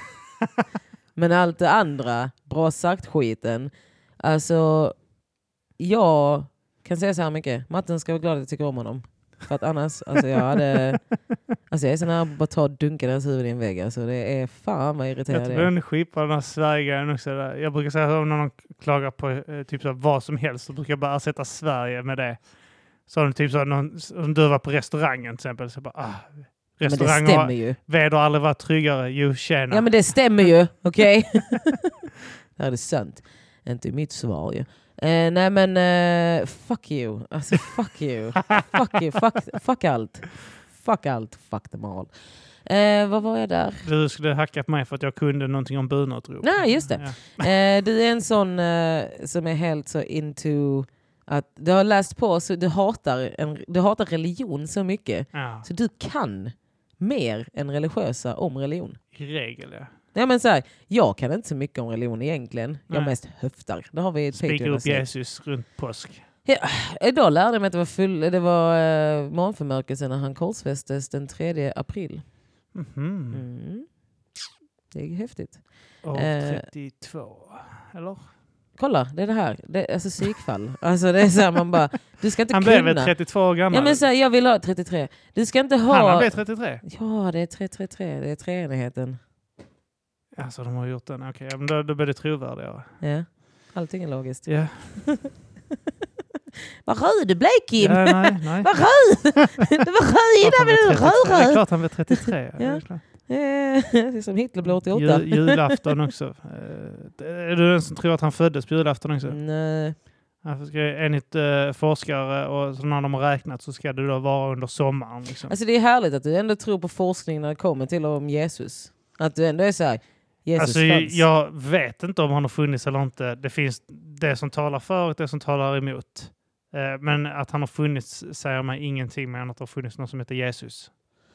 Men allt det andra, bra sagt skiten. Alltså, jag kan säga så här mycket. Matten ska vara glad att jag tycker om honom. För att annars, alltså jag hade... Alltså jag är så nära bara ta och dunka deras huvud i en vägg. Alltså det är fan vad irriterad Jag jag tror är. den skipar den här Sverige också. Där. Jag brukar säga att om någon klagar på eh, typ så vad som helst så brukar jag bara ersätta Sverige med det. Så om typ så någon, om du var på restaurangen till exempel så bara ah, Men det restauranger stämmer har ju. väder har aldrig varit tryggare. Jo, tjena. Ja men det stämmer ju, okej? Okay? Det här är sant. Inte mitt svar ju. Eh, nej men uh, fuck you. Alltså fuck you. Fuck you. Fuck, fuck allt. Fuck allt. Fuck them all. Eh, vad var jag där? Du skulle hacka på mig för att jag kunde någonting om bunutrop. Nej, just det. Ja. Eh, du är en sån eh, som är helt så into att du har läst på så du hatar, en, du hatar religion så mycket. Ja, Så du kan mer än religiösa om religion. i regel ja. Ja, men så här, jag kan inte så mycket om religion egentligen. Jag Nej. mest höftar. Det har vi ett Spikar Patreon upp att se. Jesus runt påsk. Ja, idag lärde jag mig att det var, full, det var uh, morgonförmörkelse när han korsfästes den tredje april. Mhm. Mm. Det är häftigt. Och Eh. trettiotvå, eller? Kolla, det är det här. Det är alltså psykfall. Alltså det är så här, man bara, du ska inte Han kunna. blev väl trettiotvå år gammal? Ja men så här, jag vill ha trettiotre. Du ska inte ha... Han, han blev trettiotre? Ja, det är tre tre tre. Det är treenigheten. Alltså de har gjort den. Okej, okay, men då, då blir det trovärdigare. Ja, allting är logiskt. Ja. Vad röd du blev, Kim! Ja, nej, nej. Vad röd! Det var röd innan, men du är Det är röd-röd! klart han blev trettiotre. Ja. Det är klart. Det är som Hitler blev åttioåtta. Jul, julafton också. Eh, är du den som tror att han föddes på julafton också? Nej. Han ska, enligt uh, forskare och så när de har räknat så ska det då vara under sommaren. Liksom. Alltså det är härligt att du ändå tror på forskning när det kommer till om Jesus. Att du ändå är så här, Jesus Alltså, fanns. jag vet inte om han har funnits eller inte. Det finns det som talar för och det som talar emot. Eh, men att han har funnits säger mig ingenting mer än att det har funnits någon som heter Jesus.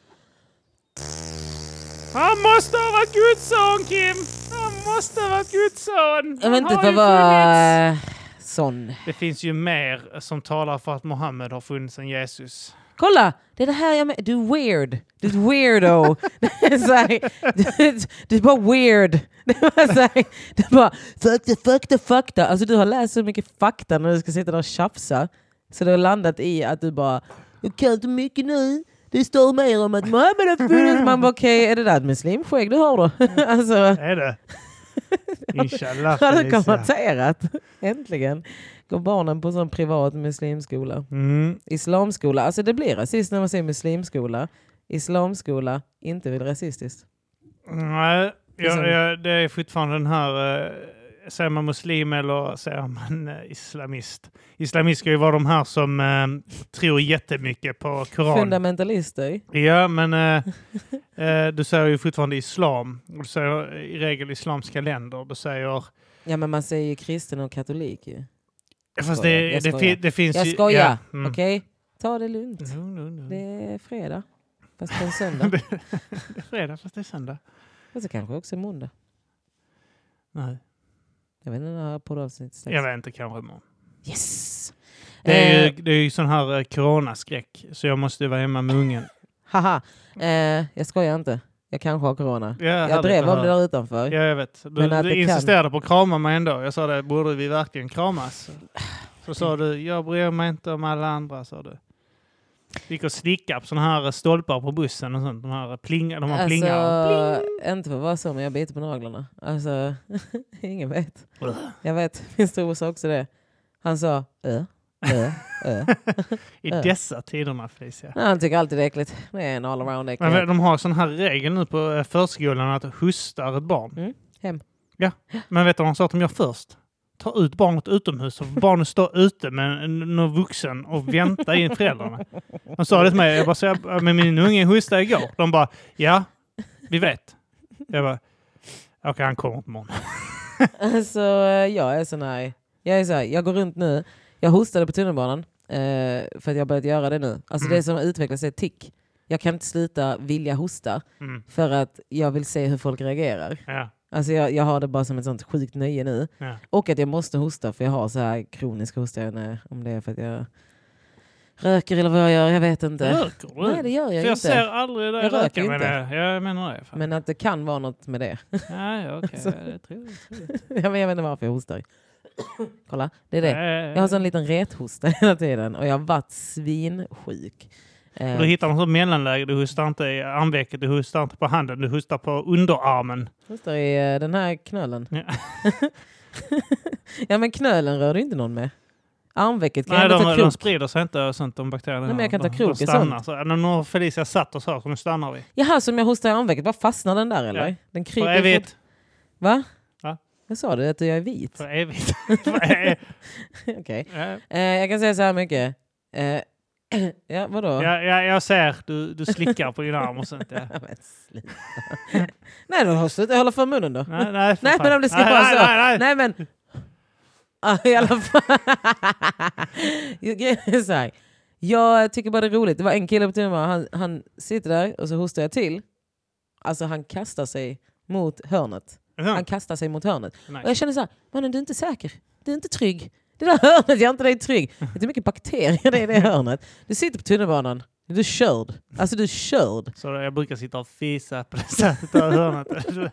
Han måste ha varit Guds son, Kim! Han måste ha varit Guds son! Jag vet inte Han för har vad ju funnits. sån. Det finns ju mer som talar för att Mohammed har funnits än Jesus. Kolla! Det är det här jag med. Du är weird. Du är ett weirdo. Det är så här, du, du är bara weird. Det är bara så här, du är bara fakta, fakta, fakta. Alltså du har läst så mycket fakta när du ska sitta där och tjafsa. Så du har landat i att du bara, jag kan inte mycket nu. Det står mer om att Mohammed har funnits. Man bara, okej, okay, är det där ett muslimskägg du har då? Alltså, Är det? Inshallah. har du Felicia. konstaterat? Äntligen. Går barnen på en sån privat muslimskola. Mm. Islamskola. Alltså det blir rasistiskt när man säger muslimskola. Islamskola, inte väl rasistiskt. Nej, Liksom- jag, jag, det är fortfarande den här... Eh, säger man muslim eller säger man eh, islamist? Islamist ska ju vara de här som eh, tror jättemycket på Koran. Fundamentalister. Ja, men eh, eh, du säger ju fortfarande islam. Du säger i regel islamska länder. Du säger... Ja, men man säger ju kristen och katolik ju. Fast skojar, det, jag det, skojar. fi, det finns Jag ju... skojar, Ja, mm. okej? Ta det lugnt. No, no, no. Det är fredag. Fast på en söndag. det, det är fredag fast det är söndag. Och så kanske också måndag. Nej, Jag vet inte när poddavsnittet släpps. jag vet inte, kanske imorgon. Yes! Det är ju, Eh, det är ju sån här eh, coronaskräck. Så jag måste ju vara hemma med ungen. haha. Eh, jag skojar inte. Jag kanske har corona. Ja, Jag härligt drev att om det höra. där utanför. Ja, jag vet. Du, Men att du det kan- insisterade på att krama mig ändå. Jag sa det, borde vi verkligen kramas? Så sa du, jag bryr mig inte om alla andra, sa du. Gick och slickade på såna här stolpar på bussen och sånt. De här plingar, de har plingar. Alltså, inte för att vara så, men jag biter på naglarna. Alltså, ingen vet. Jag vet, min stor sa också det. Han sa, ö, ö, ö. I Ja. dessa tiderna, Felicia. Nej, han tycker alltid det är äckligt. Det är en all-around Men äcklighet. de har sån här regel nu på eh, förskolan att hostar ett barn. Mm, hem. Ja, men vet du vad de sa att de gör först? ta ut barnet utomhus och barnet står ute med någon vuxen och vänta in föräldrarna. De sa det till mig, jag bara så men min unge hostade igår. De bara, ja, vi vet. Jag bara, okej, okay, han kommer inte imorgon. Alltså, jag är sån här, jag är så här, jag går runt nu, jag hostade på tunnelbanan eh, för att jag börjat göra det nu. Alltså mm. det som utvecklas är tick. Jag kan inte sluta vilja hosta mm. för att jag vill se hur folk reagerar. Ja. Alltså jag, jag har det bara som ett sånt sjukt nöje nu. Ja. Och att jag måste hosta för jag har så här kronisk hosta. Jag vet inte om det är för att jag röker eller vad jag gör, jag vet inte. Röker du? Nej, det gör jag, för jag inte. Jag ser aldrig det jag röker röka, inte. Men jag menar det. Fan. Men att det kan vara något med det. Ja, ja okej. Okay. Det tror jag. jag, jag vet inte varför jag hostar. Kolla, det är det. Jag har sån liten rethosta hela tiden och jag har varit svinsjuk. Och du hittar något sånt mellanläge. Du hostar inte i armvecket, du hostar inte på handen, du hostar på underarmen. Hostar i uh, den här knölen. Ja. ja, men knölen rör du inte någon med. Armvecket kan Nej, jag de, ta krok. de sprider sig inte och sånt, de bakterierna. Nej, men jag kan de, ta krok de stannar. Så, när nu Felicia satt och så, så nu stannar vi. Jaha, som jag hostar i armvecket. Bara fastnar den där, eller? Ja. Den kryper för evigt. Fort. Va? Va? Jag sa det, att jag är vit. För evigt. Okej. Okay. Ja. Eh, jag kan säga så här mycket. Eh, ja, vadå? Ja, ja, jag ser, du, du slickar på din arm och sånt. Ja. nej, då sluta hålla för munnen då. Nej, nej, nej men om det ska nej, vara nej, så. Nej, nej. nej men... Ah, i alla fall. så här. Jag tycker bara det är roligt. Det var en kille på tunnelbanan. Han, han sitter där och så hostar jag till. Alltså han kastar sig mot hörnet. Mm. Han kastar sig mot hörnet. Nice. Och jag känner så här, mannen du är inte säker. Du är inte trygg. Det där hörnet gör inte dig trygg. Det är mycket bakterier det i det hörnet. Du sitter på tunnelbanan. Du är körd. Alltså du är körd. Så jag brukar sitta och fisa på det sättet av hörnet.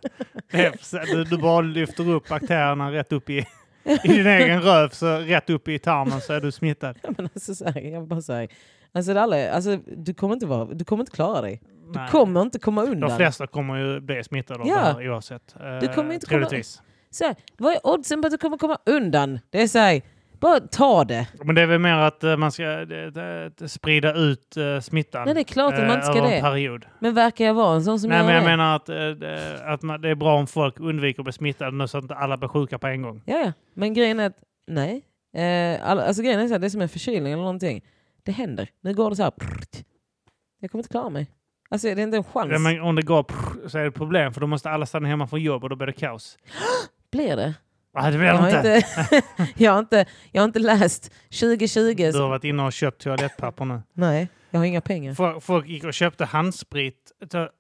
Du, du bara lyfter upp bakterierna rätt upp i, i din egen röv, så rätt upp i tarmen så är du smittad. Ja, men alltså, så här, jag bara säger, alltså, det alla, alltså du kommer inte vara, du kommer inte klara dig. Du Nej. kommer inte komma undan. De flesta kommer ju bli smittade av ja. det här oavsett. Du kommer inte troligtvis. komma. Så här, vad är oddsen på att du kommer komma undan? Det är så här, bara ta det. Men det är väl mer att uh, man ska det, det, det, sprida ut uh, smittan. Nej, det är klart att man inte ska över det. En period. Men verkar jag vara en sån som Nej, gör men jag det? menar att, uh, det, att man, det är bra om folk undviker att bli smittade så att inte alla blir sjuka på en gång. Ja, ja. Men grejen är att, nej. Eh, all, alltså grejen är så här, det är som en förkylning eller någonting. Det händer. Nu går det så här. Prrt. Jag kommer inte klara mig. Alltså det är inte en chans. Ja, men om det går prr, så är det ett problem. För då måste alla stanna hemma från jobb och då blir det kaos. Blir det? Ja, det blir jag, har inte. inte jag, har inte, jag har inte läst tjugo tjugo. Du har varit inne och köpt toalettpapper nu. Nej, jag har inga pengar. Folk, folk gick och köpte handsprit.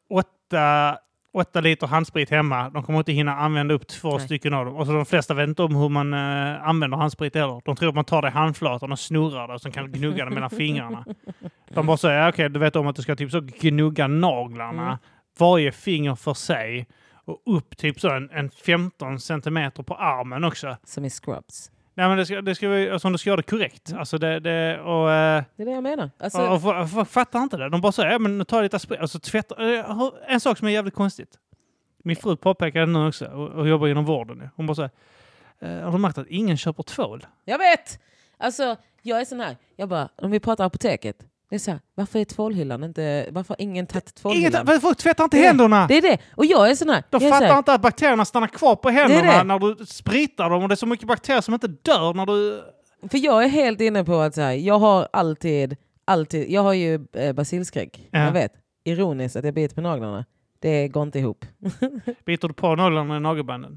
Åtta, åtta liter handsprit hemma. De kommer inte hinna använda upp två Nej. stycken av dem. Och så de flesta vet inte om hur man äh, använder handsprit heller. De tror att man tar det i handflatan och snurrar det och så kan gnugga det mellan fingrarna. De bara säger, okej, okay, du vet om att du ska typ så gnugga naglarna. Mm. Varje finger för sig. Och upp typ så en, en femton centimeter på armen också. Som i scrubs. Nej, men det ska, det ska, alltså, om du ska göra det korrekt. Alltså det, det, och, uh, det är det jag menar. Alltså... Och, och, och, och fattar inte det. De bara säger, ja, men ta lite sprit. Alltså, tvätta. En sak som är jävligt konstigt. Min fru påpekade nu också. Och, och jobbar inom vården nu. Hon bara säger, uh, har du märkt att ingen köper tvål? Jag vet! Alltså, jag är sån här. Jag bara, om vi pratar apoteket. Det är så här, varför är tvålhyllan inte... Varför har ingen tagit tvålhyllan? Ingen, folk tvättar inte det, händerna! Det är det. Och jag är sån här. De fattar här, inte att bakterierna stannar kvar på händerna det det. när du spritar dem. Och det är så mycket bakterier som inte dör när du... För jag är helt inne på att så här, jag har alltid... alltid jag har ju eh, basilskräck. Ja. Jag vet. Ironiskt att jag biter på naglarna. Det går inte ihop. Biter du på naglarna i nagelbanden?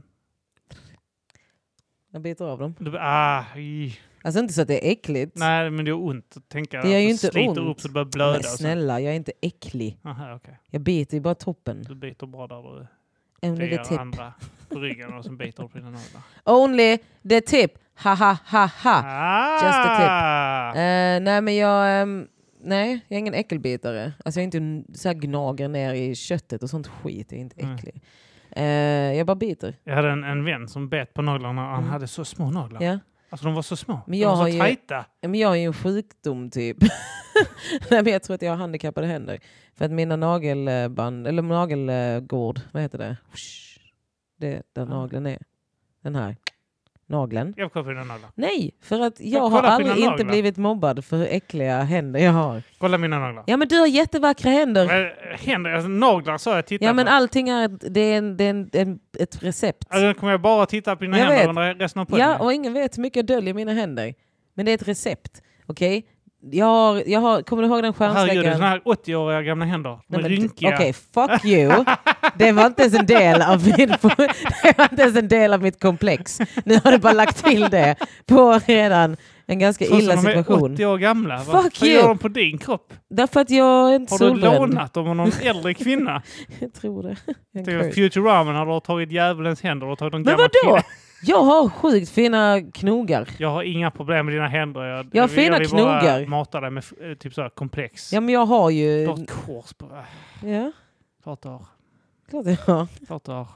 Jag biter av dem. Du, ah, i. Alltså inte så att det är äckligt. Nej, men det är ont att tänka. Det gör ju inte sliter ont. upp så det börjar blöda. Men snälla, jag är inte äcklig. Aha, okay. Jag biter ju bara toppen. Du biter bra där du Only the tip. andra på ryggen och sen biter du på dina naglar. Only the tip. Ha ha ha ha. Ah! Just the tip. Uh, nej men jag... Um, nej, jag är ingen äckelbitare. Alltså jag är inte så här gnager ner i köttet och sånt skit. Jag är inte äcklig. Mm. Uh, jag bara biter. Jag hade en, en vän som bet på naglarna och han mm. hade så små naglar. Ja. Alltså de var så små. Men jag de var så har tajta. Ju, men jag har ju en sjukdom typ. Nej, men jag tror att jag har handikappade händer. För att mina nagelband, eller nagelgård, vad heter det? Det där mm. nageln är. Den här. nageln. Jag kollar på dina naglar. Nej, för att jag, Jag har kollar på aldrig dina inte naglar. blivit mobbad för hur äckliga händer jag har. Kolla mina naglar. Ja, men du har jättevackra händer. Men, händer, alltså, naglar så jag tittar Ja, men på. allting är, ett- det är, en, det är en, en, ett recept. Alltså, då kommer jag bara titta på dina Jag händer vet. under resten av podden. Ja, och ingen vet hur mycket jag döljer mina händer. Men det är ett recept. Okej? Jag har, jag har, kommer du ihåg den Herregud, det är stjärnsläckaren? såna här åttioåriga gamla händer. De är Nej, men- rynkiga. Okej, fuck you. Det var inte ens en del av min, det var inte ens en del av mitt komplex. Nu har du bara lagt till det på redan en ganska Så illa som de är situation. åttio år gamla. Fuck Vad you. gör de på din kropp? Därför att jag är inte Har du solbränd. lånat dem av någon äldre kvinna? Jag tror det. En Till curse. Futurama när du har tagit djävulens händer och tagit någon Men gammal vadå? kvinna. Jag har sjukt fina knogar. Jag har inga problem med dina händer. Jag, Jag har vill- fina jag vill bara knogar. mata dig med eh, typ så här komplex. Ja, men jag har Du ju... har ett kors på. äh, Ja, Klart du har. klart jag har. Klart du har.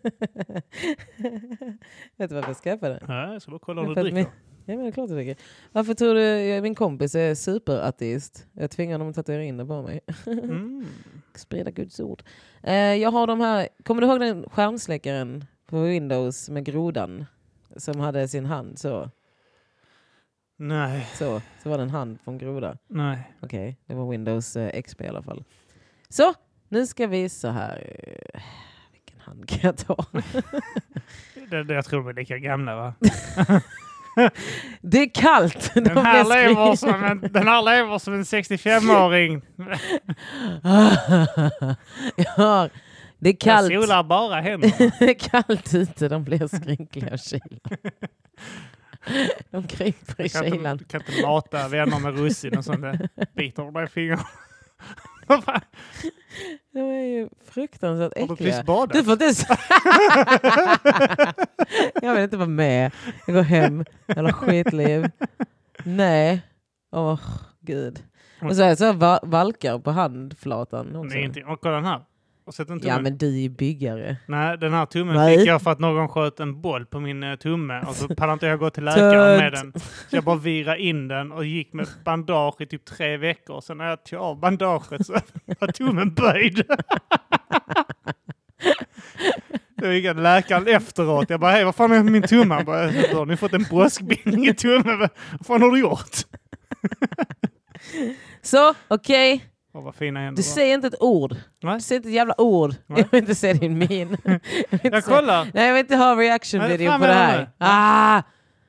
Vet du varför jag skaffade? Nej, jag ska bara kolla om Ja, du för att dricker. Ja, men det är klart jag dricker. Varför tror du jag, min kompis är superateist? Jag tvingar honom att tatuera in det på mig. Mm. Sprida Guds ord. Eh, jag har de här... Kommer du ihåg den stjärnsläckaren på Windows med grodan? Som hade sin hand så. Nej, Så, så var det en hand på en groda. nej. Okej, det var Windows eh, X P i alla fall. Så, nu ska vi så här... eh, Vilken hand kan jag ta? Det, det, jag tror de är lika gamla, va? Det är kallt! De Den här, blir lever skri- som en, den här lever som en sextiofem-åring. jag har, det är Jag kallt. solar bara händerna. Det är kallt ute, de blir skrynkliga av kylan. De kryper i Du kan, inte, kylan. du kan inte mata vänner med russin och sånt. Det biter de dig i fingrarna. Vad fan? De är ju fruktansvärt Har du äckliga. precis badat? Du får inte ens... Jag vill inte vara med. Jag går hem. Eller skitliv. Nej. Åh, gud. Och så är det så här va- valkar på handflatan också. Nej, inte. Och kolla den här. Och sätt en tumme. Ja, men du är ju byggare. Nej, den här tummen Nej. fick jag för att någon sköt en boll på min uh, tumme. Och så pallade inte jag gå till läkaren med den. Så jag bara virade in den och gick med bandage i typ tre veckor. Sen när jag tog av bandaget så var tummen böjd. Då gick jag till läkaren efteråt. Jag bara, hej, vad fan är min tumme? Han bara, då har ni fått en broskbindning i tummen. Vad fan har du gjort? Så, okej. Åh, vad fina händer. Du säger inte ett ord. Nej. Du säger inte ett jävla ord. Nej. Jag vill inte se din min. Jag, vill inte Jag se- kollar. Nej, jag vill inte ha reaction Nej, video fan på det menar här. du? Ah!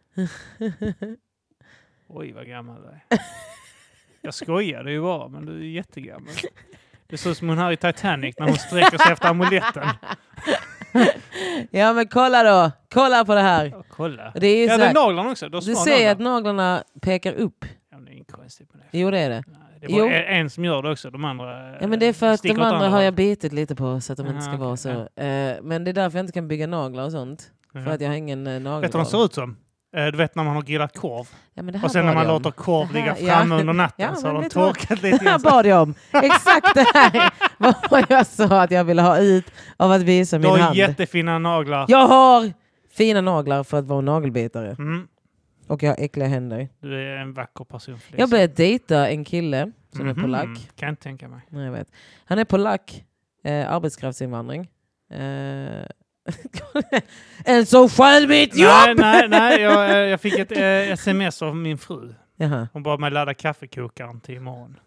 Oj, vad gammal du är. Jag skojar, det är ju bara, men du är jättegammal. Det ser ut som hon här i Titanic när hon sträcker sig efter amuletten. Ja, men kolla då. Kolla på det här. Ja, kolla. Det är ju Ja, så det är här, naglarna också. Du du ser att naglarna pekar upp. Ja, men det är inget konstigt med det. Jo, det är det. Nej, det är bara Jo. en som gör det också. De andra Ja, men det är för att sticker de åt andra har håll. jag bitit lite på så att de inte ska Aha, vara okej, så. Eh, men det är därför jag inte kan bygga naglar och sånt. För Ja. att jag har ingen uh, nagel. Vet du vad de ser ut som? Eh, Du vet när man har grillat korv. Ja, men det här Och sen när bad man jag om. låter korv Det här- ligga framme ja. under natten Ja, så har men de vet du vad? torkat Det lite här grann. bad jag om. Exakt det här var vad jag sa att jag ville ha ut av att visa Du min har hand. jättefina naglar. Jag har fina naglar för att vara nagelbitare. Mm. Och jag har äckliga händer. Du är en vacker person. Felicia. Jag började dejta en kille som är Mhm. polack. Kan jag inte tänka mig. Nej, jag vet. Han är polack. Eh, arbetskraftsinvandring. Eh, en som stjäl mitt Nej, jobb! nej, nej. Jag, eh, jag fick ett eh, sms av min fru. Jaha. Hon bad mig ladda kaffekokaren till imorgon.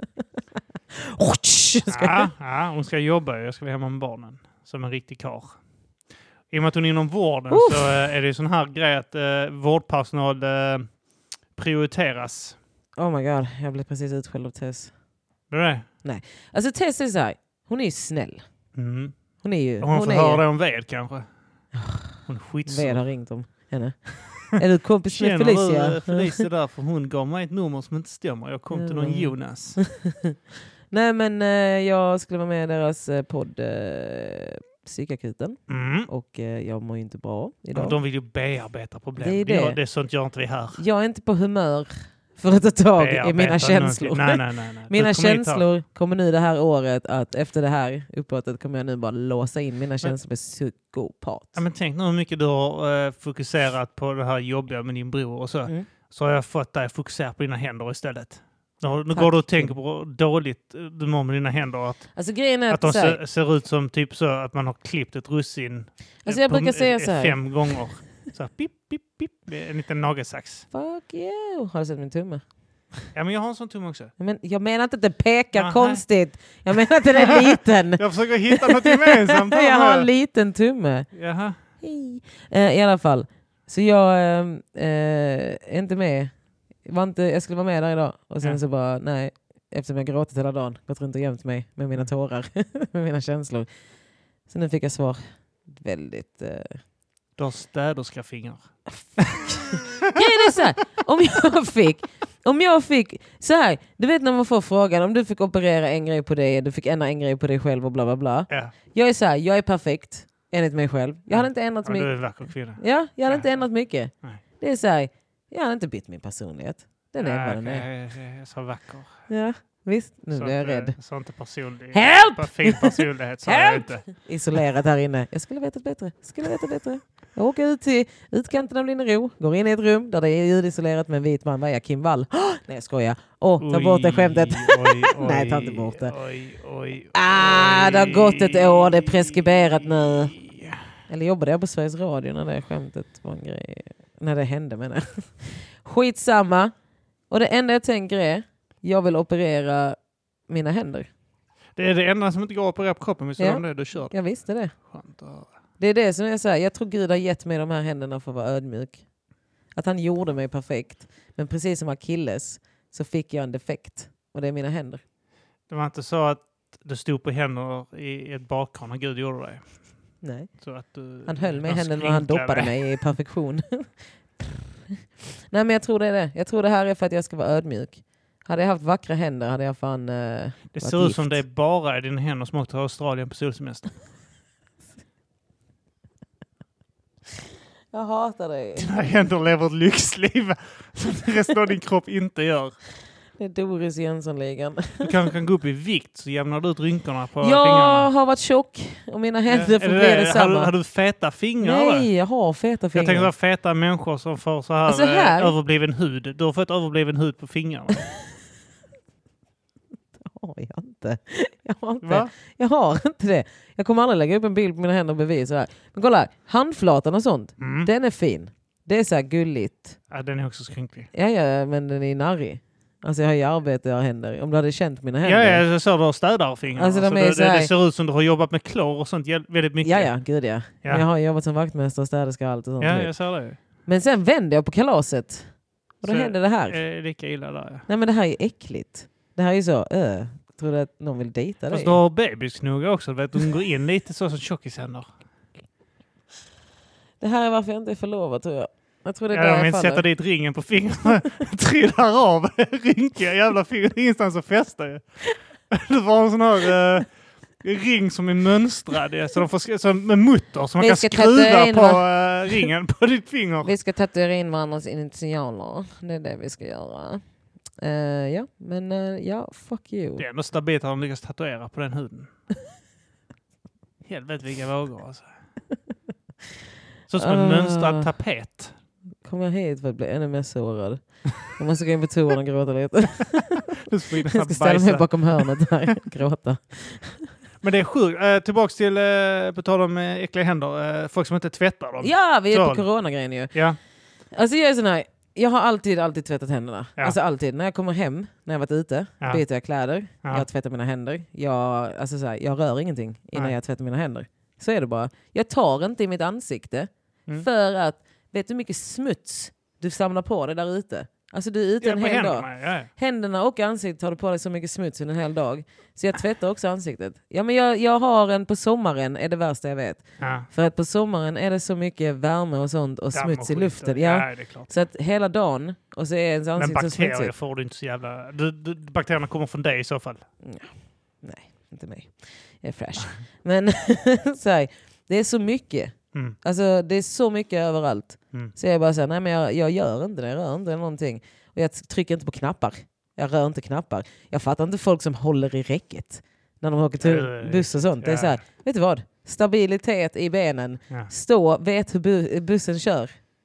Ska Ja, ja, hon ska jobba. Jag ska vara hemma med barnen. Som en riktig karl. I och med att hon är inom vården Uff. så eh, är det ju sån här grej att eh, vårdpersonal eh, prioriteras. Oh my god, jag blev precis utskälld av Tess. Det är det? Alltså Tess är så här, hon är ju snäll. Mm. Hon är ju... Hon, hon får är höra ju, det om ved kanske. Hon är skitsur. Ved har ringt om henne. Är du kompis med Känner Felicia? du eh, Felicia där? För hon gav mig ett nummer som inte stämmer. Jag kom till någon Mm. Jonas. Nej, men eh, jag skulle vara med i deras eh, podd eh, Psykakuten. Mm. Och eh, jag mår ju inte bra idag. Ja, de vill ju bearbeta problem. Det är Det, det. gör, det är sånt gör inte vi här. Jag är inte på humör för att ta tag i Bearbeta mina känslor. någonting. Nej, nej, nej, nej. Mina Du kommer hit här. känslor kommer nu det här året att efter det här uppåtet kommer jag nu bara låsa in mina känslor med psykopat. Ja, men tänk nu hur mycket du har eh, fokuserat på det här jobbiga med din bror och så. Mm. Så har jag fått dig att fokusera på dina händer istället. Nu, nu Tack. går du och tänker på hur dåligt du mår med dina händer. Att, Alltså grejen är att att, de så här, ser, ser ut som typ så att man har klippt ett russin alltså jag på- brukar säga eh, så här. fem gånger. Så här, pip, pip, pip. Det är en liten nagelsax. Fuck you. Har du sett min tumme? Ja, men jag har en sån tumme också. Men jag menar inte att det pekar Aha. konstigt. Jag menar att den är liten. Jag försöker hitta något gemensamt. Jag har en liten tumme. Jaha. Eh, I alla fall. Så jag eh, eh, är inte med. Var inte, jag skulle vara med där idag. Och sen Ja. så bara, nej. Eftersom jag gråtit hela dagen. Gått runt och gömt mig med mina tårar. med mina känslor. Så nu fick jag svar. Väldigt... Eh... Du har städerska fingrar. Grejen är så här. Om jag fick... Om jag fick... Så här. Du vet när man får frågan. Om du fick operera en grej på dig. Du fick ändra en grej på dig själv och bla bla bla. Ja. Jag är så här. Jag är perfekt. Enligt mig själv. Jag hade inte ändrat Ja, mycket. du är en vacker kvinna. Ja, jag hade Ja. inte ändrat mycket. Nej. Det är så här. Jag hade inte bytt min personlighet. Den är vad den är. Jag, jag, jag är så vacker. Ja, visst. Nu Så blir jag inte- rädd. Så inte personlig. Help! Bara fin personlighet. Så Help! jag inte. Isolerat här inne. Jag skulle veta bättre. Jag skulle veta bättre. Jag åker ut till utkanten av Linnero. Går in i ett rum där det är ljudisolerat med en vit man. Vad är jag? Kim Wall? Oh, nej, jag skojar. Åh, oh, ta bort det skämtet. Oj, oj, Nej, ta inte bort det. Oj, oj, Ah, det har gått ett år. Det är preskriberat nu. Oj. Eller jobbade jag på Sveriges Radio när det skämtet var en grej? När det hände, menar jag. Skitsamma. Och det enda jag tänker är, jag vill operera mina händer. Det är det enda som inte går att operera på kroppen. Visst är Ja. det om det du kör? Jag visste det. Skönt att höra. Det är det som jag säger. Jag tror Gud har gett mig de här händerna för att vara ödmjuk. Att han gjorde mig perfekt. Men precis som Achilles så fick jag en defekt. Och det är mina händer. Det var inte så att du stod på händer i ett badkar när Gud gjorde dig. Nej. Så att du, Han höll mig i de händerna och han skrynkade. doppade mig i perfektion. Nej, men jag tror det är det. Jag tror det här är för att jag ska vara ödmjuk. Hade jag haft vackra händer hade jag fan... Uh, Det varit ser ut gift. som det är bara i dina händer som åkte till Australien på solsemester. Jag hatar dig. Dina händer lever ett lyxliv som resten av din kropp inte gör. Det är Doris Jönssonligan. Du kanske kan gå upp i vikt så jämnar du ut rynkorna på Jag fingrarna. har varit tjock och mina händer Är får det bli det? detsamma. Har, du, har du feta fingrar? eller? Nej, jag har feta Jag fingrar. tänker att feta människor som får så här, Alltså här- eh, överbliven hud. Du har fått överbliven hud på fingrarna. har jag inte. Jag har inte. Va? Jag har inte det. Jag kommer aldrig lägga upp en bild på mina händer och bevisa det här. Men kolla här, handflatan och sånt. Mm. Den är fin. Det är så här gulligt. Ja, den är också skrynklig. Ja, ja, men den är narrig. Alltså jag har ju arbete, jag har händer. Om du hade känt mina Ja, händer. jag såg du har städar fingrarna. Alltså, de så är det, så det, här- det ser ut som du har jobbat med klor och sånt jäl- väldigt mycket. Ja, ja, gud ja. Ja. Men jag har jobbat som vaktmästare, städerska och allt och sånt. Ja, vet. jag ser det. Men sen vände jag på kalaset. Och då Så- hände det här. Eh, lika illa där, ja. Nej, men det här är äckligt. Det här är ju så, öh. Tror du att någon vill dejta dig? Fast du har babysknoga också. Vet, du går in lite så som tjockishänder. Det här är varför jag inte är förlovad, tror jag. Jag tror det är Ja, där de jag vill faller. sätta dit ringen på fingrarna. Trillar av. Rynkiga jävla fingrar. Det är ingenstans att fästa ju. Det var en sån här uh, ring som är mönstrad. Ja, så de får sk- så med mutter som man Vi kan ska skruva tatuera in, på uh, ringen på ditt finger. Vi ska tatuera in varandras initialer. Det är det vi ska göra. Uh, ja, men uh, ja, fuck you. Det är ändå stabilt att de lyckas tatuera på den huden. Helvete vilka vågor alltså. Så som en Ah. mönstrad tapet. Kommer jag hit för att bli ännu mer sårad. Jag måste gå in på toan och gråta lite. Du får in Jag ska ställa mig bajsa. bakom hörnet här och gråta. Men det är sjukt. Uh, tillbaks till, uh, på tal om uh, äckliga händer. Uh, folk som inte tvättar dem. Ja, vi är Så. på coronagrejen ju. Ja. Alltså jag är sån här, jag har alltid, alltid tvättat händerna. Ja. Alltså alltid. När jag kommer hem, när jag varit ute, Ja. byter jag kläder. Ja. Jag tvättar mina händer. Jag, alltså så här, jag rör ingenting innan Nej. jag tvättar mina händer. Så är det bara. Jag tar inte i mitt ansikte Mm. för att, vet du hur mycket smuts du samlar på dig där ute? Alltså du är ute Ja, en på hel dag. händerna, ja, ja. Händerna och ansiktet har du på dig så mycket smuts en hel dag. Så jag tvättar också ansiktet. Ja, men jag, jag har en på sommaren, är det värsta jag vet. Ja. För att på sommaren är det så mycket värme och sånt och Damm smuts och i skit luften. och- Ja. Ja, det är klart. Så att hela dagen, och så är ens Men ansikte så bakterier smutsigt. får du inte så jävla... Du, du, bakterierna kommer från dig i så fall. Nej, inte mig. Jag är fresh. Men så här, det är så mycket. Mm. Alltså det är så mycket överallt. Mm. Så jag bara säger, nej men jag, jag gör inte det, jag rör inte någonting. Och jag trycker inte på knappar. Jag rör inte knappar. Jag fattar inte folk som håller i räcket när de åker till Ja, buss och sånt. Det är ja. så här, vet du vad? Stabilitet i benen. Ja. Stå, vet hur bu- bussen kör.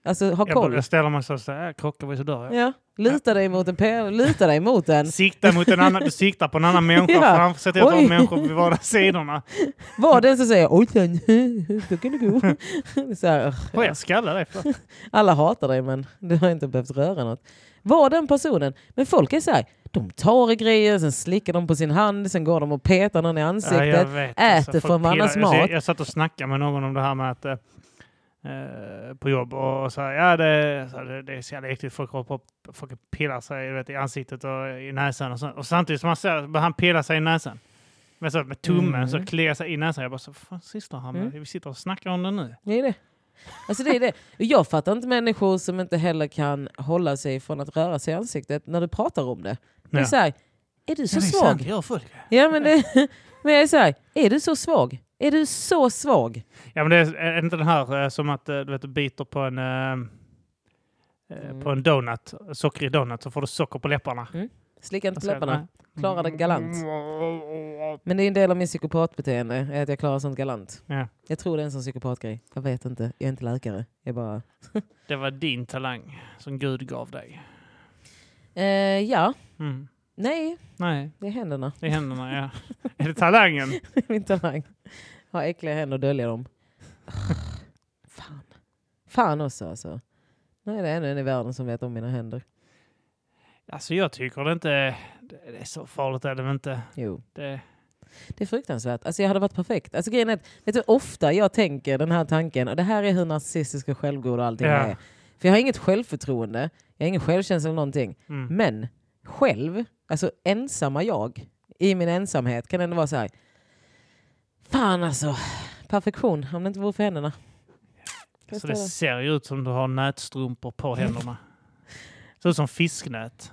Alltså ha Jag, koll. jag ställer mig så här, krockar vi så dör jag. Ja, luta dig mot en pel, luta dig mot en. Sikta mot en annan, du siktar på en annan människa Ja. framför, sätter jag Oj. de människor vid båda sidorna. Var den som säger oj, då kan du gå. Så här, Vad jag skallar dig för. alla hatar dig men du har inte behövt röra något. Var den personen. Men folk är så här, de tar i grejer, sen slickar de på sin hand, sen går de och petar någon i ansiktet. Ja, jag vet, äter alltså, från folk annans pillar. mat. Jag, jag satt och snackade med någon om det här med att eh, på jobb och så här, ja det, så här, det, det är så jävla äckligt. Folk håller på folk pillar sig vet, i ansiktet och i näsan och, så, och samtidigt som man ser han pillar sig i näsan. Men så med tummen Mm. så kliar sig i näsan. Jag bara så, fan sista han mm. vi sitter och snackar om det nu. Det är det. Alltså det är det. Jag fattar inte människor som inte heller kan hålla sig från att röra sig i ansiktet när du pratar om det. Det är Ja. så här, är du så Ja, det är svag? sant, jag gör folk. Ja, men, det, men jag är så här, är du så svag? Är du så svag? Ja, men det är, är inte den här eh, som att eh, du vet du biter på en eh, Mm. på en donut, socker i donut, så får du socker på läpparna. Mm. Slicka inte på Alltså, läpparna. nej. Klarar det galant. Men det är en del av min psykopatbeteende, är att jag klarar sånt galant. Ja. Jag tror det är en sån psykopatgrej. Jag vet inte, jag är inte läkare. Jag bara... Det var din talang som Gud gav dig. Eh, ja, Mm. nej, Nej, det är händerna. det är händerna, ja. Är det talangen? Min talang. Har äckliga händer och dölja dem. Fan. Fan också alltså. Nej, det är en i världen som vet om mina händer. Alltså jag tycker det inte det är så farligt är det väl inte. Jo. Det... Det är fruktansvärt. Alltså jag hade varit perfekt. Alltså grejen är att, vet du, ofta jag tänker den här tanken, och det här är hur narcissiska självgod och allting Ja. är. För jag har inget självförtroende, jag har ingen självkänsla eller någonting. Mm. Men själv, alltså ensamma jag, i min ensamhet kan ändå vara så här. Fan alltså, perfektion, om det inte vore för händerna. Kan Så jag det ställa? ser ju ut som du har nätstrumpor på händerna. Så ut som fisknät.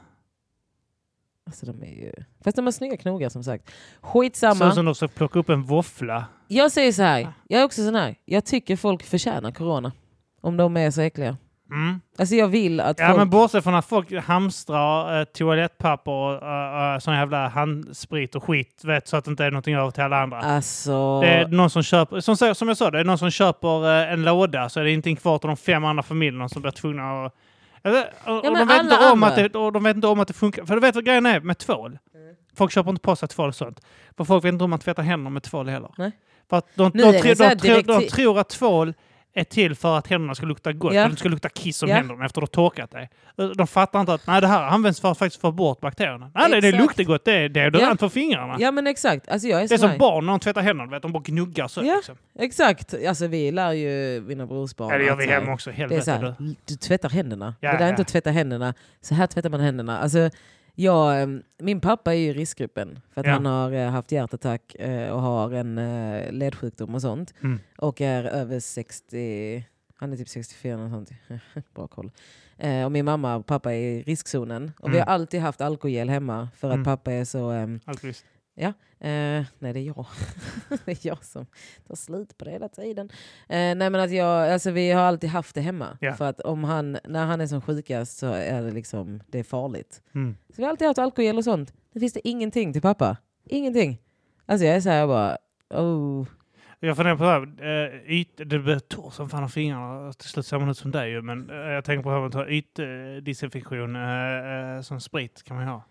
Alltså de är ju... Fast de har snygga knogar som sagt. Så Skitsamma. ut som de ska plocka upp en våffla. Jag säger så här, jag är också sån här. Jag tycker folk förtjänar corona. Om de är så äckliga. Mm. Alltså jag vill att Ja, folk... men bortsett från att folk hamstrar äh, toalettpapper och äh, äh, sån jävla handsprit och skit, vet, så att det inte är någonting över till alla andra. Alltså... Det är någon som köper, som, som jag sa, det är någon som köper äh, en låda så är det inte kvar till de fem andra familjerna som blir tvungna att... Eller, och, Ja, och, men de vet alla inte om andra. att det, och de vet inte om att det funkar. För du vet vad grejen är med tvål. Mm. Folk köper inte på sig tvål och sånt. För folk vet inte om att tvätta händerna med tvål heller. Nej. För att de, Nu de, är det de, så här de, de, de, direktiv- tror att tvål är till för att händerna ska lukta gott. Ja. Och det ska lukta kiss om Ja. händerna efter att du har torkat dig. De fattar inte att nej, det här används för att faktiskt få bort bakterierna. Nej, det, det Exakt. luktar gott. Det är deodorant Ja. för fingrarna. Ja men exakt. Alltså jag är Det är sån som här. barn när de tvättar händerna. Vet, de bara gnuggar så. Ja. Liksom. Exakt. Alltså vi lär ju mina brorsbarn. Ja, det gör att vi så här- hemma också. Det är Helvete. så här, du. du tvättar händerna. Ja, det där är ja. inte att tvätta händerna. Så här tvättar man händerna. Alltså, jag, min pappa är ju i riskgruppen. För att Ja. han har eh, haft hjärtattack eh, och har en eh, ledsjukdom och sånt. Mm. Och är över sextio... Han är typ sextiofyra eller sånt. Bra koll. Eh, och min mamma och pappa är i riskzonen. Och vi Mm. har alltid haft alkogel hemma. För att Mm. pappa är så... ehm, Allt visst. Ja, eh, nej det är jag. Det är jag som tar slut på det hela tiden. Eh, nej men att jag, alltså vi har alltid haft det hemma. Ja. För att om han, när han är som sjukast så är det liksom, det är farligt. Mm. Så vi har alltid haft alkohol och sånt. Det finns det ingenting till pappa. Ingenting. Alltså jag är så här jag bara, oh. Jag funderar på det här. Eh, yt, det blir torr som fan av fingrarna. Till slut ser man ut som dig ju. Men eh, jag tänker på att ta ytdesinfektion eh, eh, som sprit kan man ju ha.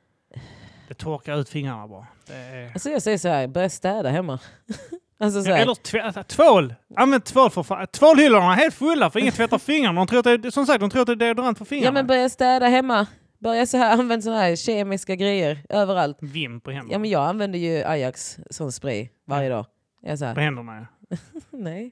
Det torkar ut fingrarna bara. Det är... Alltså jag säger så här, börja städa hemma. Alltså så Ja, här, eller tv- tvål! Använd tvål för fan. Tvålhyllorna är helt fulla för ingen tvättar fingrarna. De tror att det är, som sagt, de tror att det är deodorant för fingrarna. ja men börja städa hemma. Börja så här, använd såna här kemiska grejer överallt. Vim på händerna. Ja men jag använder ju Ajax som spray varje dag. Jag är så På här, händerna, ja. nej.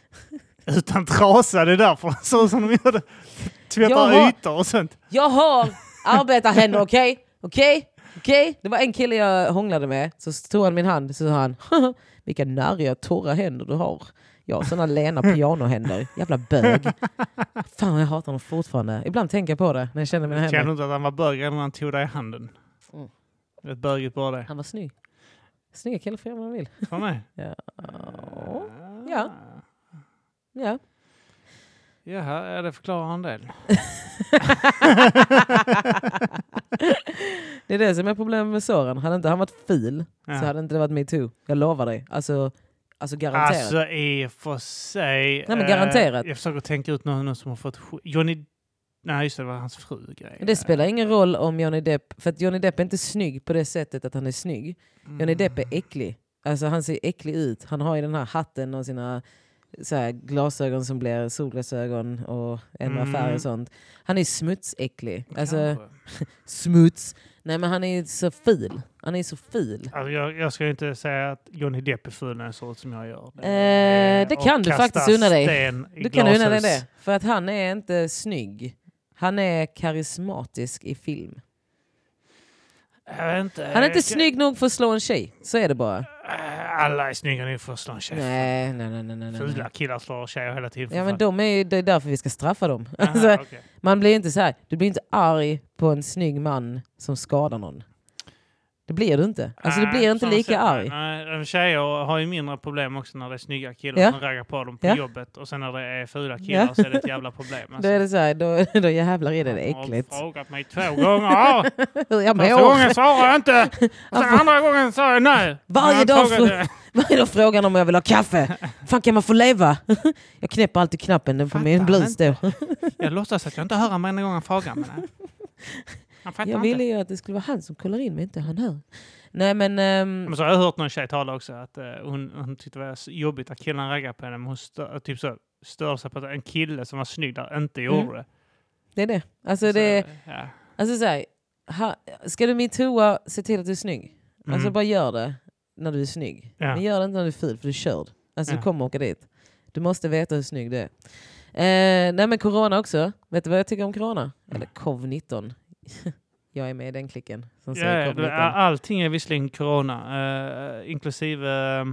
Utan trasa, det är därför. Så som de gör det. Tvättar Jag har- ytor och sånt. Jag har arbetarhänder, okej? Okej? Okej? Det var en kille jag hånglade med. Så tog han min hand så sa han, vilka narriga torra händer du har. Jag har sådana lena pianohänder. Jävla bög. Fan jag hatar honom fortfarande. Ibland tänker jag på det när jag känner mina Känner händer. du inte att han var bög när han tog dig i handen? Mm. Det är ett bögigt bara det. Han var snygg. Snygga killar får göra vad de vill. För mig? Ja. Ja. Ja. Jaha, ja, det förklarar en del. Det är det som är problemet med Soran. Hade inte han varit fil Ja. så hade inte det varit me too. Jag lovar dig. Alltså Alltså garanterat. Alltså i och för sig... Nej, men garanterat. Eh, jag försöker tänka ut någon, någon som har fått... Johnny... Nej, just det, det var hans fru-grej. Det spelar ingen roll om Johnny Depp... För att Johnny Depp är inte snygg på det sättet att han är snygg. Mm. Johnny Depp är äcklig. Alltså han ser äcklig ut. Han har ju den här hatten och sina så här, glasögon som blir solglasögon och ändrar mm. färg och sånt. Han är smutsäcklig. Alltså, smuts. Nej, men han är så ful. Han är så ful. Alltså, jag, jag ska inte säga att Johnny Depp är ful när jag ser ut som jag gör. Det, eh, det kan du faktiskt unna dig. Du kan unna dig det. För att han är inte snygg. Han är karismatisk i film. Jag vet inte. Han är inte jag... snygg nog för att slå en tjej. Så är det bara. Alla är snygga nog för att slå en tjej. Nej, nej, nej, nej, nej. Fula killar slår tjejer hela tiden. Ja, men de är ju, det är därför vi ska straffa dem. Aha, alltså, okay. Man blir inte så här. Du blir inte arg på en snygg man som skadar någon. Det blir du inte. Alltså det blir inte lika arg. Nej, tjejer har ju mindre problem också när det är snygga killar ja. som raggar på dem på ja. jobbet. Och sen när det är fula killar ja. så är det ett jävla problem. Alltså. Då är det så här, då, då jävlar är det, det äckligt. Jag har frågat mig två gånger. Hur jag mår. Första gången svarade jag inte. Och sen andra gången sa jag nej. Varje dag, frå- varje dag frågan om jag vill ha kaffe. Fan, kan man få leva? Jag knäpper alltid knappen på Fattar min blus då. Jag låtsas att jag inte hör varje gång han frågar. Men jag ville ju att det skulle vara han som kollar in, men inte han här. Nej, men... Um... men så har jag hört någon tjej tala också att uh, hon, hon tyckte det var jobbigt att killen raggar på henne. Men hon stör, typ så, stör sig på att en kille som var snygg där inte gjorde mm. det. Det är det. Alltså så, det ja. Alltså så här, ha, ska du med toa se till att du är snygg? Mm. Alltså bara gör det när du är snygg. Ja. Men gör det inte när du är ful, för du är körd. Alltså ja. Du kommer åka dit. Du måste veta hur snygg du är. Eh, nej, men corona också. Vet du vad jag tycker om corona? Mm. Eller covid nitton. Jag är med i den klicken som säger ja, covid nitton. Allting är visserligen corona. Uh, inklusive uh,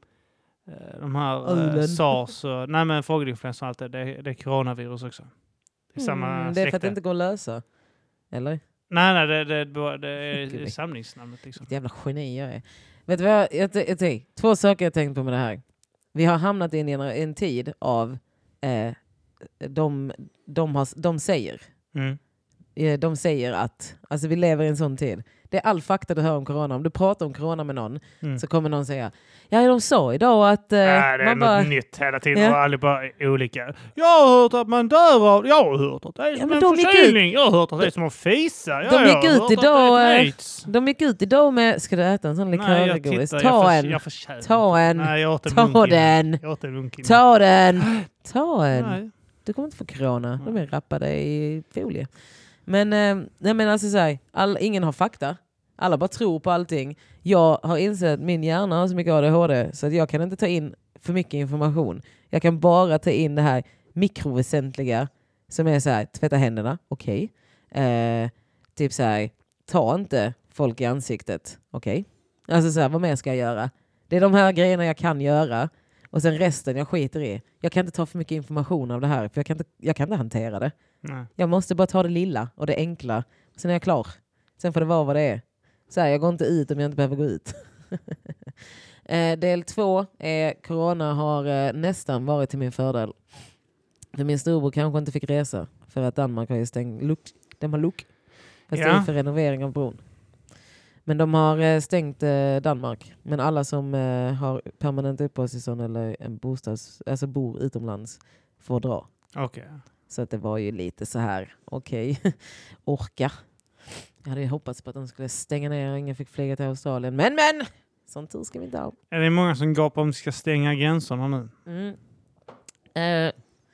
de här uh, SARS och... Nej, men fågelinfluensa och allt det. Det, det är coronavirus också. Det är, samma mm, det är för att det inte går att lösa. Eller? Nej, nej. Det, det, det, det är samlingsnamnet. Liksom. Ett jävla geni jag är. Vet du vad jag, jag, jag, jag, jag Två saker jag tänkt på med det här. Vi har hamnat i en, en tid av... Eh, de, de, har, de säger... Mm. De säger att alltså vi lever i en sån tid. Det är all fakta du hör om corona. Om du pratar om corona med någon mm. så kommer någon säga ja, de sa idag att... Eh, ja, det är man något bara, nytt hela tiden ja. Och alla bara olika. Jag har hört att man dör av... Jag har hört att det är som ja, en förkylning. Jag har hört att det är som att fisa. Ja, de gick jag ut idag... De gick ut idag med... Ska du äta en sån likörgodis? Ta jag en. Jag för, ta en. Nej, jag ta den. Jag en ta den. Ta en. Nej. Du kommer inte få corona. De är rappade i folie. Men, eh, nej, men alltså så här, all, ingen har fakta. Alla bara tror på allting. Jag har insett att min hjärna har så mycket A D H D så att jag kan inte ta in för mycket information. Jag kan bara ta in det här mikroväsentliga som är så här, tvätta händerna, okej. Okay. Eh, typ så här, ta inte folk i ansiktet, okej. Okay. Alltså så här, vad mer ska jag göra? Det är de här grejerna jag kan göra. Och sen resten jag skiter i. Jag kan inte ta för mycket information av det här. För jag kan inte, jag kan inte hantera det. Nej. Jag måste bara ta det lilla och det enkla. Sen är jag klar. Sen får det vara vad det är. Så här, jag går inte ut om jag inte behöver gå ut. eh, del två är corona har eh, nästan varit till min fördel. För min storbror kanske inte fick resa. För att Danmark har ju stängt. Look, de har look. Fast ja. Det är för renovering av bron. Men de har eh, stängt eh, Danmark. Men alla som eh, har permanent uppehållstillstånd eller en bostads, alltså bor utomlands får dra. Okej. Okay. Så att det var ju lite så här, okej, okay. Orka. Jag hade ju hoppats på att de skulle stänga ner och ingen fick flyga till Australien. Men, men! Sån tur ska vi inte ha. Är det många som gapar om att ska stänga gränserna nu? Mm. Uh.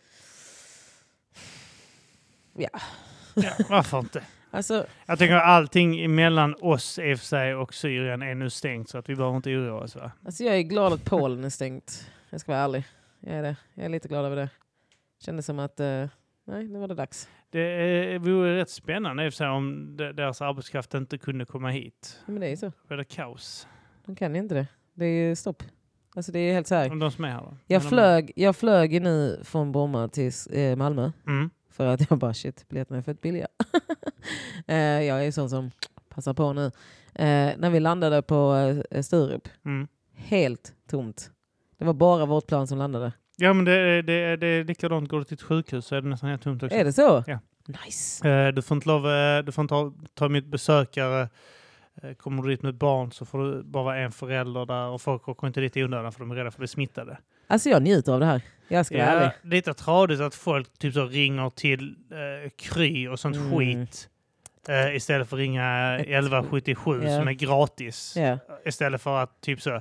Ja. Ja, varför inte? Alltså, jag tycker att allting mellan oss i och för sig och Syrien är nu stängt så att vi behöver inte oroa oss, va? Alltså jag är glad att Polen är stängt. Jag ska vara ärlig. Jag är det. Jag är lite glad över det. Kändes som att uh, nej, nu var det dags. Det vore rätt spännande i och för sig om deras arbetskraft inte kunde komma hit. Ja, men det är så. Det är kaos. De kan ju inte det. Det är ju stopp. Alltså det är helt så här. Om de som är här då? Jag flög, jag flög nu från Bromma till eh, Malmö. Mm. För att jag bara, shit, biljetterna är fett billiga. eh, jag är sån som passar på nu. Eh, när vi landade på eh, Sturup. Mm. Helt tomt. Det var bara vårt plan som landade. Ja, men det, det, det är likadant. Går du till ett sjukhus så är det nästan helt tomt också. Är det så? Ja. Nice. Eh, du får inte lov, du får inte ta, ta mitt besökare Eh, kommer du dit med barn så får du bara vara en förälder där och folk åker inte dit i onödan för de är rädda för att bli smittade. Alltså jag njuter av det här. Jag ska vara ärlig. Ja, lite tradigt att folk typ så ringer till eh, Kry och sånt Mm. skit. Uh, istället för att ringa elva sjuttiosju Ja. som är gratis. Ja. Istället för att typ så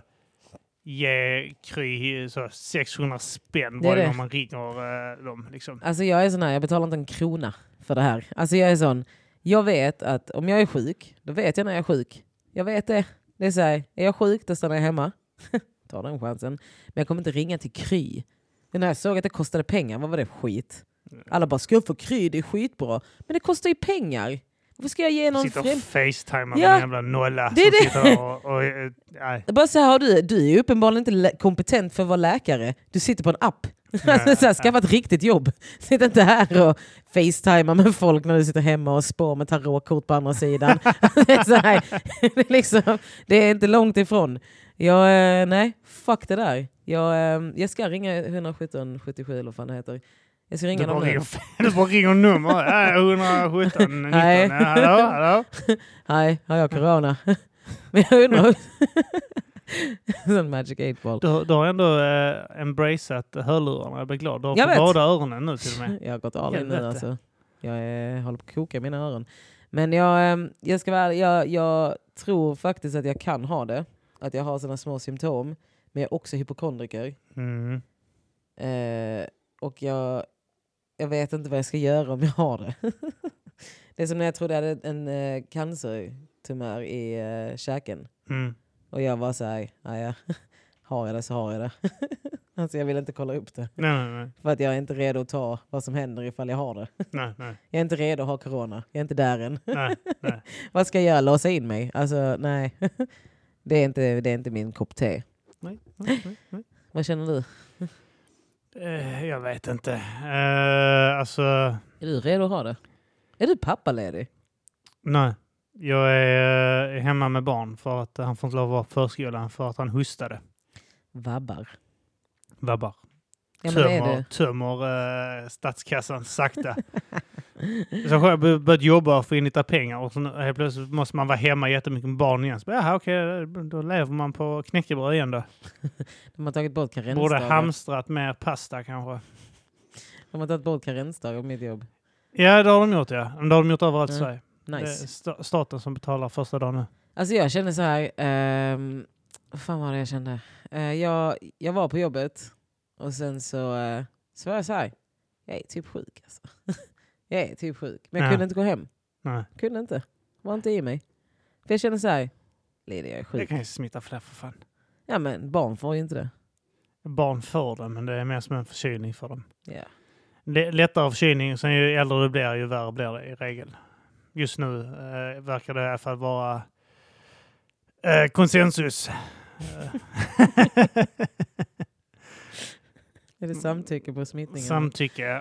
ge Kry så sexhundra spänn Det är varje det. gång man ringer uh, dem. Liksom. Alltså jag är sån här, jag betalar inte en krona för det här. Alltså jag är sån, jag vet att om jag är sjuk, då vet jag när jag är sjuk. Jag vet det. Det är så här, är jag sjuk, då stannar jag hemma. Ta den chansen. Men jag kommer inte ringa till Kry. Men när jag såg att det kostade pengar, vad var det skit? Alla bara, ska jag få Kry, det är skitbra. Men det kostar ju pengar. Varför ska jag ge någon Sitter och främ... facetimar Ja, med en jävla nolla det är som det. sitter där och... och äh, nej. Bara så här, har du, du är ju uppenbarligen inte lä- kompetent för att vara läkare. Du sitter på en app. Alltså, så här, skaffa ett riktigt jobb. Sitt inte här och facetimar med folk när du sitter hemma och spår med tarotkort på andra sidan. Det är, så här, det är, liksom, det är inte långt ifrån. Jag, eh, nej, fuck det där. Jag, eh, jag ska ringa ett ett sju sjuttiosju eller vad fan det heter. Jag ska ringa Du bara dem nu. ringer, du bara ringer nummer. Äh, ett ett sju nitton. Nej. Ja, hallå, hallå. Nej, har jag corona? Men jag undrar... Sån Magic eight ball. Du, du har ändå eh, embraceat hörlurarna. Jag blir glad. Du har Jag på vet. båda öronen nu till och med. Jag har gått all in nu Helvete. alltså. Jag är, håller på att koka i mina öron. Men jag, eh, jag ska vara, jag, jag tror faktiskt att jag kan ha det. Att jag har sådana små symptom. Men jag är också hypokondriker. Mm. Eh, och jag, jag vet inte vad jag ska göra om jag har det. Det är som när jag trodde jag hade en eh, cancertumör i eh, käken. Mm. Och jag var så här, ja, har jag det så har jag det. Alltså jag vill inte kolla upp det. Nej, nej, nej. För att jag är inte redo att ta vad som händer ifall jag har det. nej, nej, Jag är inte redo att ha corona. Jag är inte där än. nej, nej. Vad ska jag göra? Låsa in mig? Alltså nej. Det är inte, det är inte min kopp te. nej, nej, nej, nej. Vad känner du? Eh, jag vet inte. Eh, alltså, Är du redo att ha det? Är du pappaledig? nej. Jag är eh, hemma med barn för att han får inte lov att vara på förskolan för att han hostade. Vabbar. Vabbar. Ja, men är Tömmer, det? tömmer eh, statskassan sakta. Så jag har börjat jobba och få in lite pengar och så nu, helt plötsligt måste man vara hemma jättemycket med barn igen. Så, jaha, okej, då lever man på knäckebröd igen då. De har tagit bort Borde karensdagar. hamstrat mer pasta kanske. De har tagit bort karensdagar på mitt jobb. Ja, det har de gjort, ja. Men det har de gjort överallt i Mm. Sverige. Det är Nice. sta- staten som betalar första dagen nu. Alltså jag känner så här. ehm, vad fan var det jag kände? Eh, jag, jag var på jobbet. Och sen så, eh, så var jag så här. Jag är typ sjuk alltså. Jag är typ sjuk. Men jag Ja. kunde inte gå hem. Nej. Kunde inte. Var inte i mig. För jag känner så här. Lidia, jag är Det sjuk. kan ju smitta fler för fan. Ja men barn får ju inte det. Barn får det, men det är mer som en förkylning för dem. Ja. L- lättare förkylning, sen ju äldre du blir, ju värre blir det i regel. Just nu eh, verkar det i alla fall vara eh, konsensus. Eh, Är det samtycke på smittningen? Samtycke.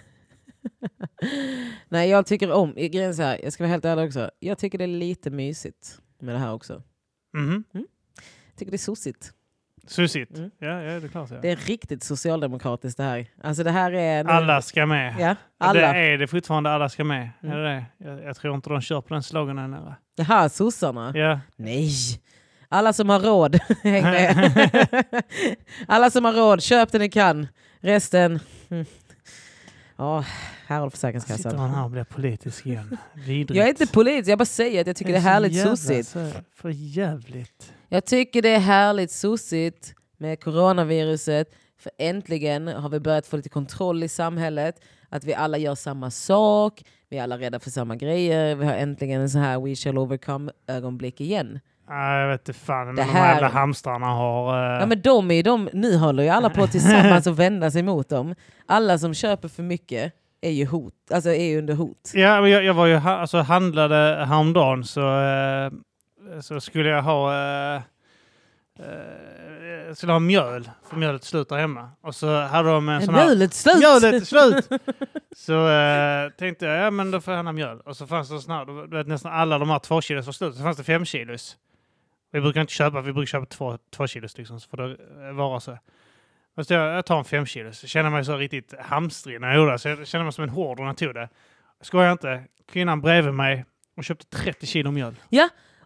Nej, jag tycker om... Grejen är så här, jag ska vara helt ärlig också. Jag tycker det är lite mysigt med det här också. Mhm. Jag tycker det är sossigt. Susigt. Mm. Ja, ja, det är klart. Ja. Det är riktigt socialdemokratiskt det här. Alltså det här är... Alla ska med. Ja, Alla. Det alla. är det fortfarande, alla ska med. Mm. Är det det? Jag, jag tror inte de kör på den sloganen. Eller? Jaha, sossarna? Ja. Nej. Alla som har råd, häng med. Alla som har råd, köp det ni kan. Resten... Mm. Ja, här håller Sitter man Försäkringskassan. här och blir politisk igen. Vidrigt. Jag är inte polis, jag bara säger att jag tycker det är så härligt jävla sossigt. så- För jävligt. Jag tycker det är härligt sossigt med coronaviruset. För äntligen har vi börjat få lite kontroll i samhället. Att vi alla gör samma sak. Vi är alla rädda för samma grejer. Vi har äntligen en så här we shall overcome ögonblick igen. Nej, jag vet inte fan. Men Det de här- här jävla hamstrarna har... eh, Ja men de är ju de, nu håller ju alla på tillsammans och vända sig mot dem. Alla som köper för mycket är ju hot, alltså är ju under hot. Ja, men jag, jag var ju ha, alltså, handlade häromdagen så, eh, så skulle jag ha eh, eh, jag skulle ha mjöl, för mjölet slutar hemma. Och så hade de en Är sån här... mjölet slut? Mjölet är slut! Så eh, tänkte jag, ja men då får jag ha mjöl. Och så fanns det sån här, du vet nästan alla de här två kilos var slut. Så fanns det fem kilos. Vi brukar inte köpa, vi brukar köpa två, två kilos liksom, så får det eh, vara så. Och så jag, jag tar en fem kilos. Jag känner mig så riktigt hamstrig när jag gjorde det. Så jag känner mig som en hård när jag tog det. Skojar jag inte. Kvinnan bredvid mig och köpte trettio kilo mjöl.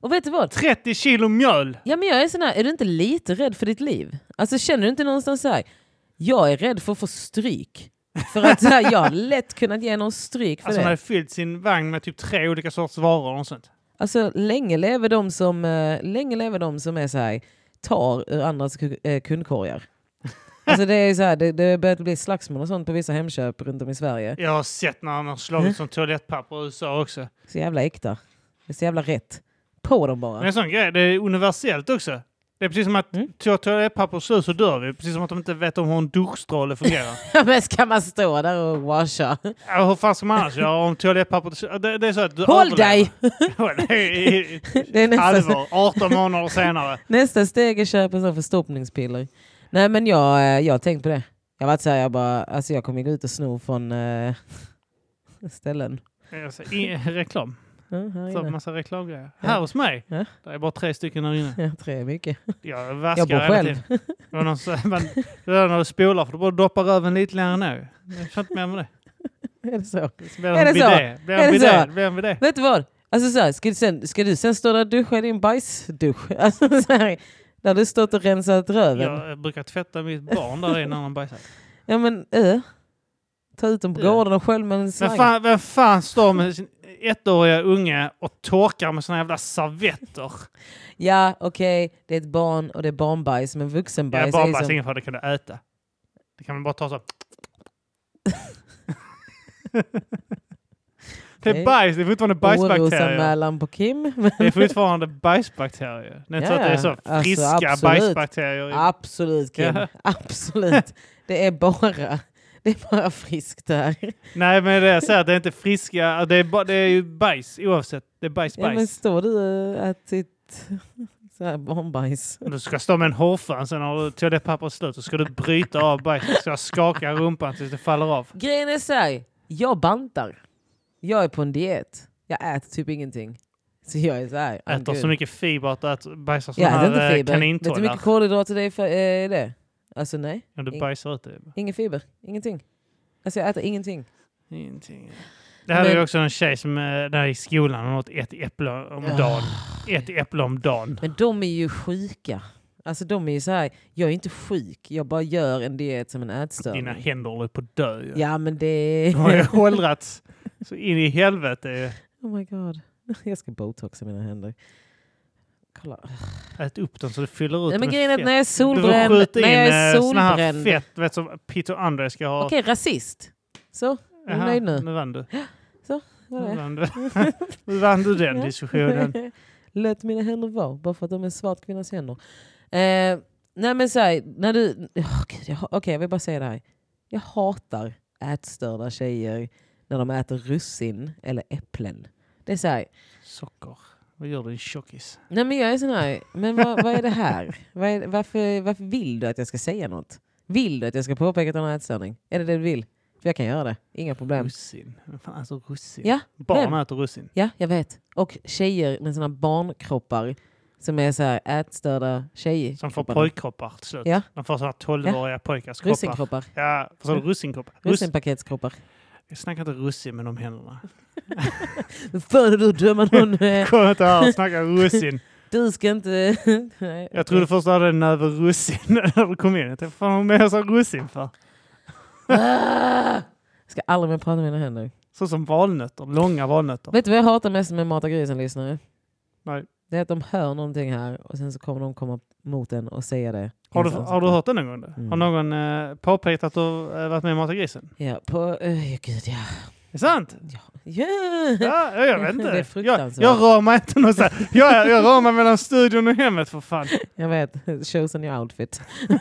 Och vet du vad? trettio kilo mjöl! Ja, men jag är sån här, är du inte lite rädd för ditt liv? Alltså känner du inte någonstans så här, jag är rädd för att få stryk. För att så här, jag har lätt kunnat ge någon stryk för alltså, det. Alltså han hade fyllt sin vagn med typ tre olika sorts varor och sånt. Alltså länge lever de som, uh, länge lever de som är så här, tar ur andras uh, kundkorgar. Alltså det är så här, det, det börjar bli slagsmål och sånt på vissa hemköp runt om i Sverige. Jag har sett när han har slagit mm. som toalettpapper i U S A också. Så jävla äkta. Det är så jävla rätt. På dem bara. Men det är en sån grej, det är universellt också. Det är precis som att mm. toalettpapper slut så dör vi. Precis som att de inte vet om hur en duschstråle fungerar. Ja, men ska man stå där och washa? Ja, hur fan ska man annars göra om toalettpapper... Det, det är så att du Håll dig! det är nästa allvar, arton månader senare. Nästa steg är köpa så förstoppningspiller. Nej, men jag, jag har tänkt på det. Jag var så här, jag bara, alltså jag kommer gå ut och sno från äh, ställen. Alltså, i, reklam. Ja, här så inne. massa reklamgrejer. Ja. Här hos mig. Ja. Det är bara tre stycken här inne. Ja, tre är mycket. Jag vaskar jag bor själv. Det var någon så, men, det är när du spolar för du bara doppar röven lite längre ner. Jag känner inte mer med det. Är det så? Det blir är en det så? Bidé. Blir en är bidé. det så? Blir en bidé. Vet du vad? Alltså så här, ska, du sen, ska du sen stå där och duscha i din bajsdusch? Alltså så här, där du stått och rensat röven. Jag brukar tvätta mitt barn där innan han bajsar. Ja men, äh. Ta ut dem på gården och själv med en slang. Vem fan, vem fan står med sin ettåriga unge och torkar med såna jävla servetter? Ja, okej. Okay. Det är ett barn och det är barnbajs. Men vuxenbajs ja, barnbajs är som... ingen för det kan du äta. Det kan man bara ta så. Det är bajs, det är fortfarande bajsbakterier. Orosanmälan på Kim. Det är fortfarande bajsbakterier. Det är inte ja, så att det är så friska alltså, absolut. bajsbakterier. Absolut, Kim. Ja. Absolut. Det är bara... Det är bara friskt där. Nej, men det är så att det är inte friska. Det är, bara, det är ju bajs oavsett. Det är bajs, bajs. Ja, men står du att ditt så här barnbajs? Du ska stå med en hårfön sen när du tar det pappret slut. Så ska du bryta av bajs. Du ska skaka rumpan tills det faller av. Grejen är så här, jag bantar. Jag är på en diet. Jag äter typ ingenting. Så jag är så här. Äter good. så mycket fiber att du äter, bajsar sådana här kanintollar. Vet du hur mycket kolhydrater det är för äh, det? Alltså nej. Ja, du bajsar ut det. Ingen fiber. Ingenting. Alltså jag äter ingenting. Ingenting. Det här men... är ju också en tjej som är där i skolan och åt ett äpple om dagen. Oh. Ett äpple om dagen. Men de är ju sjuka. Alltså de är ju så här, jag är inte sjuk. Jag bara gör en diet som en ätstörning. Dina händer håller på att dö. Ja, ja men det... De har ju håldrats så in i helvete. Oh my god. Jag ska botoxa mina händer. Kolla. Ät upp dem så det fyller ut. Nej, men grejen är att när jag är solbränd, när jag är solbränd. Fett, vet som Peter Andre ska ha. Okej, okay, rasist. Så, är du nöjd nu? Nu vann du. Så, vad är det? Nu vann du, nu vann du den diskussionen. Lät mina händer vara, bara för att de är svart kvinnas händer. Eh, nej men så här, när du... Oh, Okej, okay, jag vill bara säga det här. Jag hatar ätstörda tjejer när de äter russin eller äpplen. Det är så här... Socker. Vad gör du i tjockis? Nej men jag är sån här, men vad, vad är det här? Vad är, varför, varför vill du att jag ska säga något? Vill du att jag ska påpeka att du har en ätstörning? Är det det du vill? För jag kan göra det, inga problem. Russin? Fan, alltså russin? Ja, barn vem? äter russin? Ja, jag vet. Och tjejer med såna barnkroppar som är så här ätstörda tjejer. Som får pojkkroppar till slut. Ja. De får såna tolvåriga ja. pojkars kroppar. Russinkroppar. Ja, vad du? Russinkroppar? Russinpaketskroppar. Jag snackar inte russin med de händerna. För du dömer någon... Kom inte här och snacka russin. Du ska inte... Nej, jag trodde först att du hade en över russin när du kom in. Jag tänkte, fan har med så russin för? Jag ska aldrig mer prata med mina händer. Så som valnötter, långa valnötter. Vet du vad jag hatar mest med Mata Grisen-lyssnare? Nej. Det är att de hör någonting här och sen så kommer de komma mot en och säga det. Har du, har du hört det någon gång? Då? Mm. Har någon eh, påpekat att du har varit med i Mata Grisen? Ja, på... Uh, gud, ja. Är det sant? Ja. Yeah. Ja, jag vet inte. Det är fruktansvärt. Jag, jag rör mig inte något så här. Jag, jag rör mig mellan studion och hemmet för fan. Jag vet. Shows on your outfit.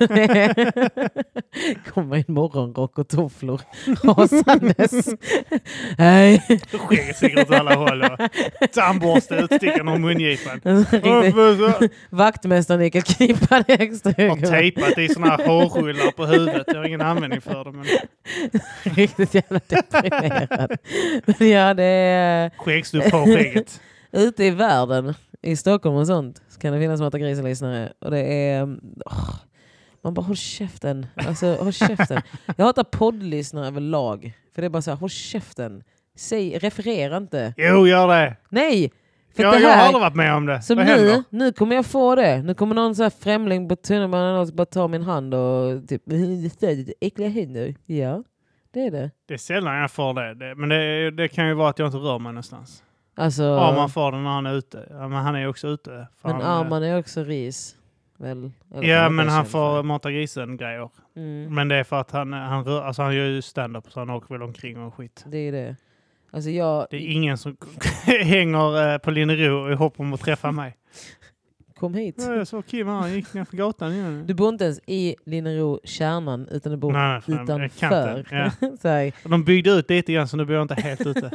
Kommer en morgonrock och tofflor. Hasandes. Hej. Skägget sticker åt alla håll. Tandborste utstickande om mungipan. Vaktmästaren gick och knippade extra höger. Har tejpat i såna här hårrullar på huvudet. Jag har ingen användning för det. Men... Riktigt jävla deprimerad. Men ja, det är... Skäggstubb på skägget. Ute i världen, i Stockholm och sånt, så kan det finnas Mata Grisen-lyssnare. Och det är... Oh, man bara, håll käften. Alltså, håll käften. Jag hatar poddlyssnare överlag. För det är bara så här, håll käften. Säg, referera inte. Jo, gör det. Nej! För ja, det jag har här, aldrig varit med om det. som Vad nu, händer? nu kommer jag få det. Nu kommer någon så här främling på tunnelbanan och bara ta min hand och typ, äckliga händer. Ja, det är det. Det är sällan jag får det. det men det, det kan ju vara att jag inte rör mig någonstans. Alltså, Arman får den när han är ute. Ja, men han är ju också ute. men han, Arman är också ris. Väl, eller ja, vad men jag han känner får för. mata grisen grejer. Mm. Men det är för att han, han, rör, alltså han gör ju stand-up så han åker väl omkring och skit. Det är det. Alltså jag... Det är ingen som hänger eh, på Linnero i hopp om att träffa mig. Kom hit. Ja, jag såg Kim här, han gick ner för gatan igen. Du bor inte ens i Linnero kärnan utan du bor Nej, fan, jag kan utanför. inte. Ja. Så här. De byggde ut lite grann så nu bor jag inte helt ute.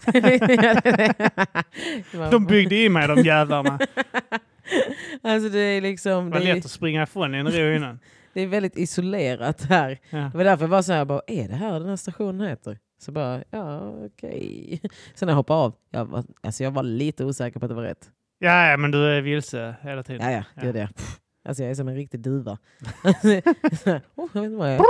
De byggde i mig, de jävlarna. Alltså det är liksom... Det var Det är, lätt att springa ifrån Linnero innan. det är väldigt isolerat här. Ja. Det var därför jag var så här, bara, är det här den här stationen heter? Så bara, ja okej. Okay. Sen när jag hoppade av, jag var, alltså jag var lite osäker på att det var rätt. Ja, ja, men du är vilse hela tiden. Ja, ja, det är Ja. det. Alltså jag är som en riktig duva. oh, jag vet inte vad jag är.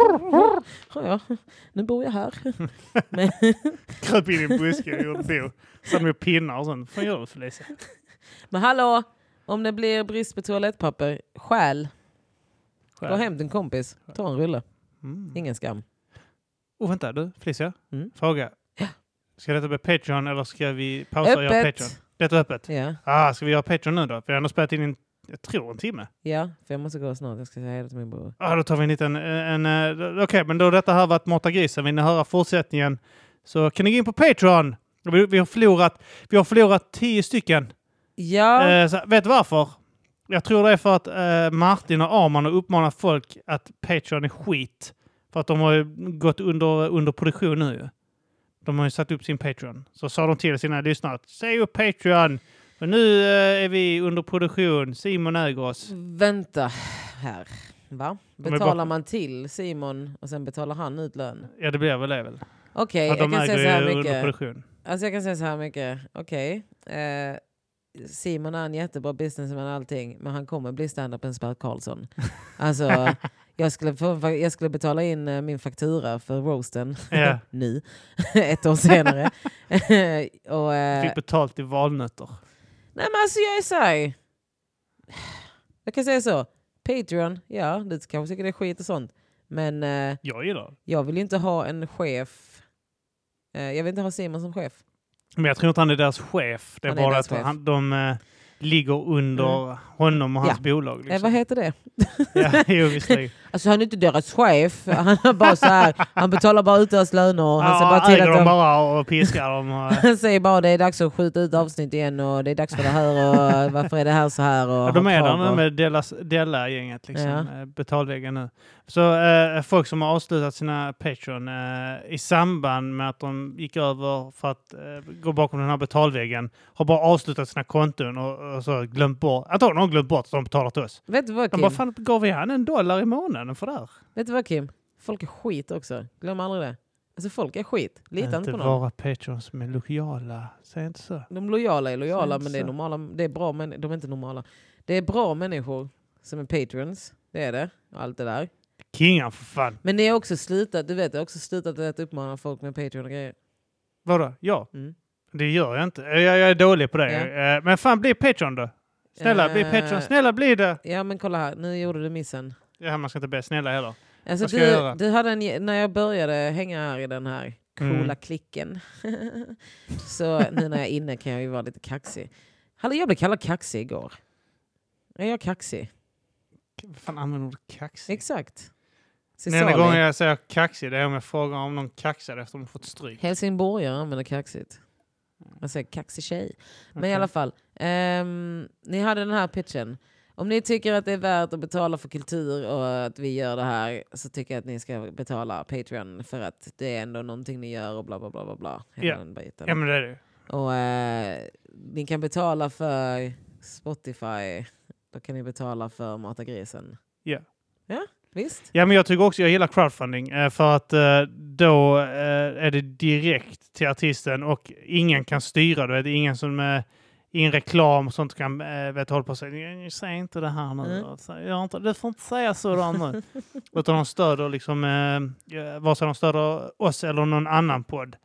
Ja, ja, nu bor jag här. Men, Kröp in i en buske och gjorde bo. Satt med pinnar och sånt. Vad gör du för Lisa? men hallå, om det blir brist på toalettpapper, skäl. Gå hem till en kompis, ta en rulle. Mm. Ingen skam. Oh, vänta du, Felicia. Mm. Fråga. Ska detta bli Patreon eller ska vi pausa och göra Öppet. Patreon? Detta är öppet. Ja, Ah, ska vi göra Patreon nu då? Vi har ändå spelat in en, jag tror en timme. ja, för jag måste gå snart. Jag ska säga hej till min bror. Ah, då tar vi en liten... En, en, Okej, okay, men då detta här varit Mata grisen. Vill ni höra fortsättningen så kan ni gå in på Patreon. Vi, vi, har, förlorat, vi har förlorat tio stycken. Ja, Eh, så, vet du varför? Jag tror det är för att eh, Martin och Arman har uppmanat folk att Patreon är skit. För att de har ju gått under, under produktion nu ju. De har ju satt upp sin Patreon. Så sa de till sina lyssnare att säg upp Patreon. Men nu eh, är vi under produktion. Simon äger oss. vänta här. Va? är Betalar bara- man till Simon och sen betalar han ut lön? Ja, det blir väl det väl. Okej, För jag de kan säga så äger här ju under mycket. produktion. Alltså jag kan säga så här mycket. Okej. Eh, Simon är en jättebra businessman och allting. Men han kommer bli stand-upens Bert Karlsson. Alltså, jag skulle, få, jag skulle betala in eh, min faktura för roasten. Ja. nu. Ett år senare. och, eh, Fick betalt i valnötter. nej men alltså jag är så här. Jag kan säga så. Patreon, ja, det kanske tycker det är skit och sånt. Men eh, Jag gillar det. jag vill ju inte ha en chef. Eh, jag vill inte ha Simon som chef. Men jag tror inte han är deras chef. Det är Han är bara deras att chef. han, de eh, ligger under Mm. honom och hans Ja. bolag. Eh, Liksom. vad heter det? Ja, jo, visst. Alltså han är inte deras chef. Han är bara så här. Han betalar bara ut deras löner. Och han, säger Ja, bara till äger att dem de, bara och piskar dem. Och, han säger bara det är dags att skjuta ut avsnitt igen. Och det är dags för det här. Och varför är det här så här? Och ja, de ha är krav där nu och- med Dellas, Della-gänget. Liksom, Ja. eh, betalväggen nu. Så eh, folk som har avslutat sina Patreon eh, i samband med att de gick över för att eh, gå bakom den här betalväggen har bara avslutat sina konton och, och så glömt bort. Jag tror de har glömt bort att de betalar till oss. Vet du vad De Kim? bara, fan gav vi han en dollar i månaden för det här? Vet du vad Kim? Folk är skit också. Glöm aldrig det. Alltså folk är skit. Lita inte Inte på någon. vara Patreons som är lojala. Säg inte så. De lojala är lojala Säg men det är så. normala. Det är bra men de är inte normala. Det är bra människor som är patrons. Det är det. Allt det där. Kingar för fan. Men det är också slutat. Du vet, det är också slutat att uppmana folk med Patreon och grejer. Vadå? Ja. Mm. Det gör jag inte. Jag, jag är dålig på det. Ja. Eh, Men fan, bli Patreon då. Snälla, bli Eh. Patreon. Snälla, bli det. Ja men kolla här. Nu gjorde du missen. Ja, man ska inte be snälla heller. Alltså Vad ska jag göra? du, du hade en, när jag började hänga här i den här coola Mm. klicken. Så nu när jag är inne kan jag ju vara lite kaxig. Hallå, jag blev kallad kaxig igår. Är jag kaxig? Vad fan använder ordet kaxig? Exakt. Den enda Cesali. gången jag säger kaxig, det är om jag frågar om någon kaxade efter att de fått stryk. Helsingborgare använder kaxigt. Jag säger kaxig tjej. Men Okej. i alla fall. ehm, ni hade den här pitchen. Om ni tycker att det är värt att betala för kultur och att vi gör det här så tycker jag att ni ska betala Patreon för att det är ändå någonting ni gör och bla bla bla bla bla. Hela Ja. den biten. Ja, men det är det. Och eh, ni kan betala för Spotify. Då kan ni betala för Mata grisen. Ja. Ja, visst. Ja, men jag tycker också jag gillar crowdfunding eh, för att eh, då eh, är det direkt till artisten och ingen kan styra det. Det är ingen som eh, i en reklam och sånt kan äh, vet, hålla på och säga säg inte det här nu. Mm. Så, jag inte, du får inte säga så där nu. Utan de stöder liksom, eh, vare sig de stöder oss eller någon annan podd.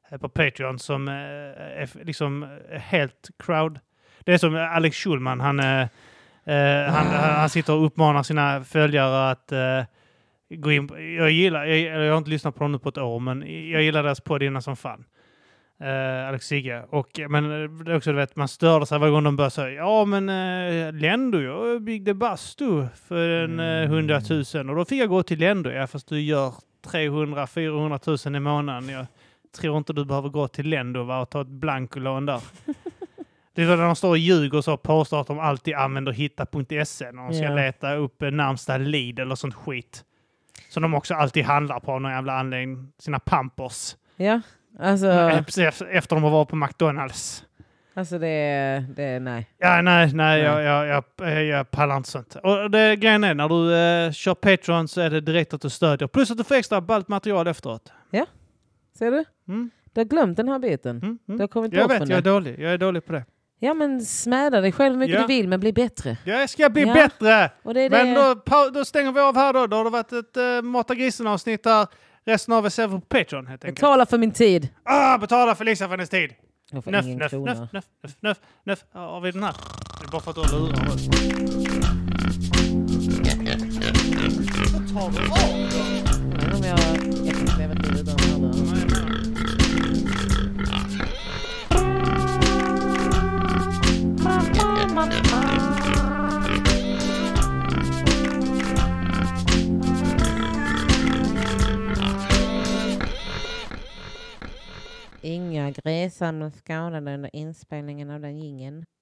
på Patreon som är liksom helt crowd. Det är som Alex Schulman. Han, eh, han, han sitter och uppmanar sina följare att eh, gå in. Jag gillar, jag, jag har inte lyssnat på dem på ett år, men jag gillar deras podd innan som fan. Uh, Alex Sigge. Och, men det är också, du vet, man störde sig varje gång de började säga ja men uh, Lendo, jag byggde bastu för en uh, hundratusen och då fick jag gå till Lendo, ja fast du gör trehundra till fyrahundratusen i månaden. Jag tror inte du behöver gå till Lendo va, och ta ett blankolån där. Det är när de står och ljuger och så påstår att de alltid använder hitta punkt se när de ska yeah. leta upp närmsta Lidl eller sånt skit. Så de också alltid handlar på någon jävla anledning, sina Pampers. Ja. Alltså, efter de har varit på McDonalds. Alltså det är, det är nej. Ja, nej, nej, nej. Jag, jag, jag, jag pallar inte sånt. Och det grejen är, när du eh, kör Patreon så är det direkt att du stödjer. Plus att du får extra ballt material efteråt. Ja, ser du? Mm. Du har glömt den här biten. Mm, mm. Du har kommit jag bort vet, jag är det. dålig. Jag är dålig på det. Ja, men smäda dig själv hur mycket ja. du vill, men bli bättre. Jag ska bli ja. bättre! Och det är men det... Då, då stänger vi av här då. Då har det varit ett uh, Mata Grisen-avsnitt här. Resten av er ser på Patreon helt enkelt. Betala för min tid. Ah, betala för Lisa för hennes tid. Jag får nöff, ingen nöff, krona. nöff, nöff, nöff, nöff, nöff. Ja, har vi den här? Det är bara för att du har lurar. Vad tar du av då? Jag vet inte om jag... Jag kan inte leva ett liv utan hörlurar. Inga gräsande och skadade under inspelningen av den jingeln.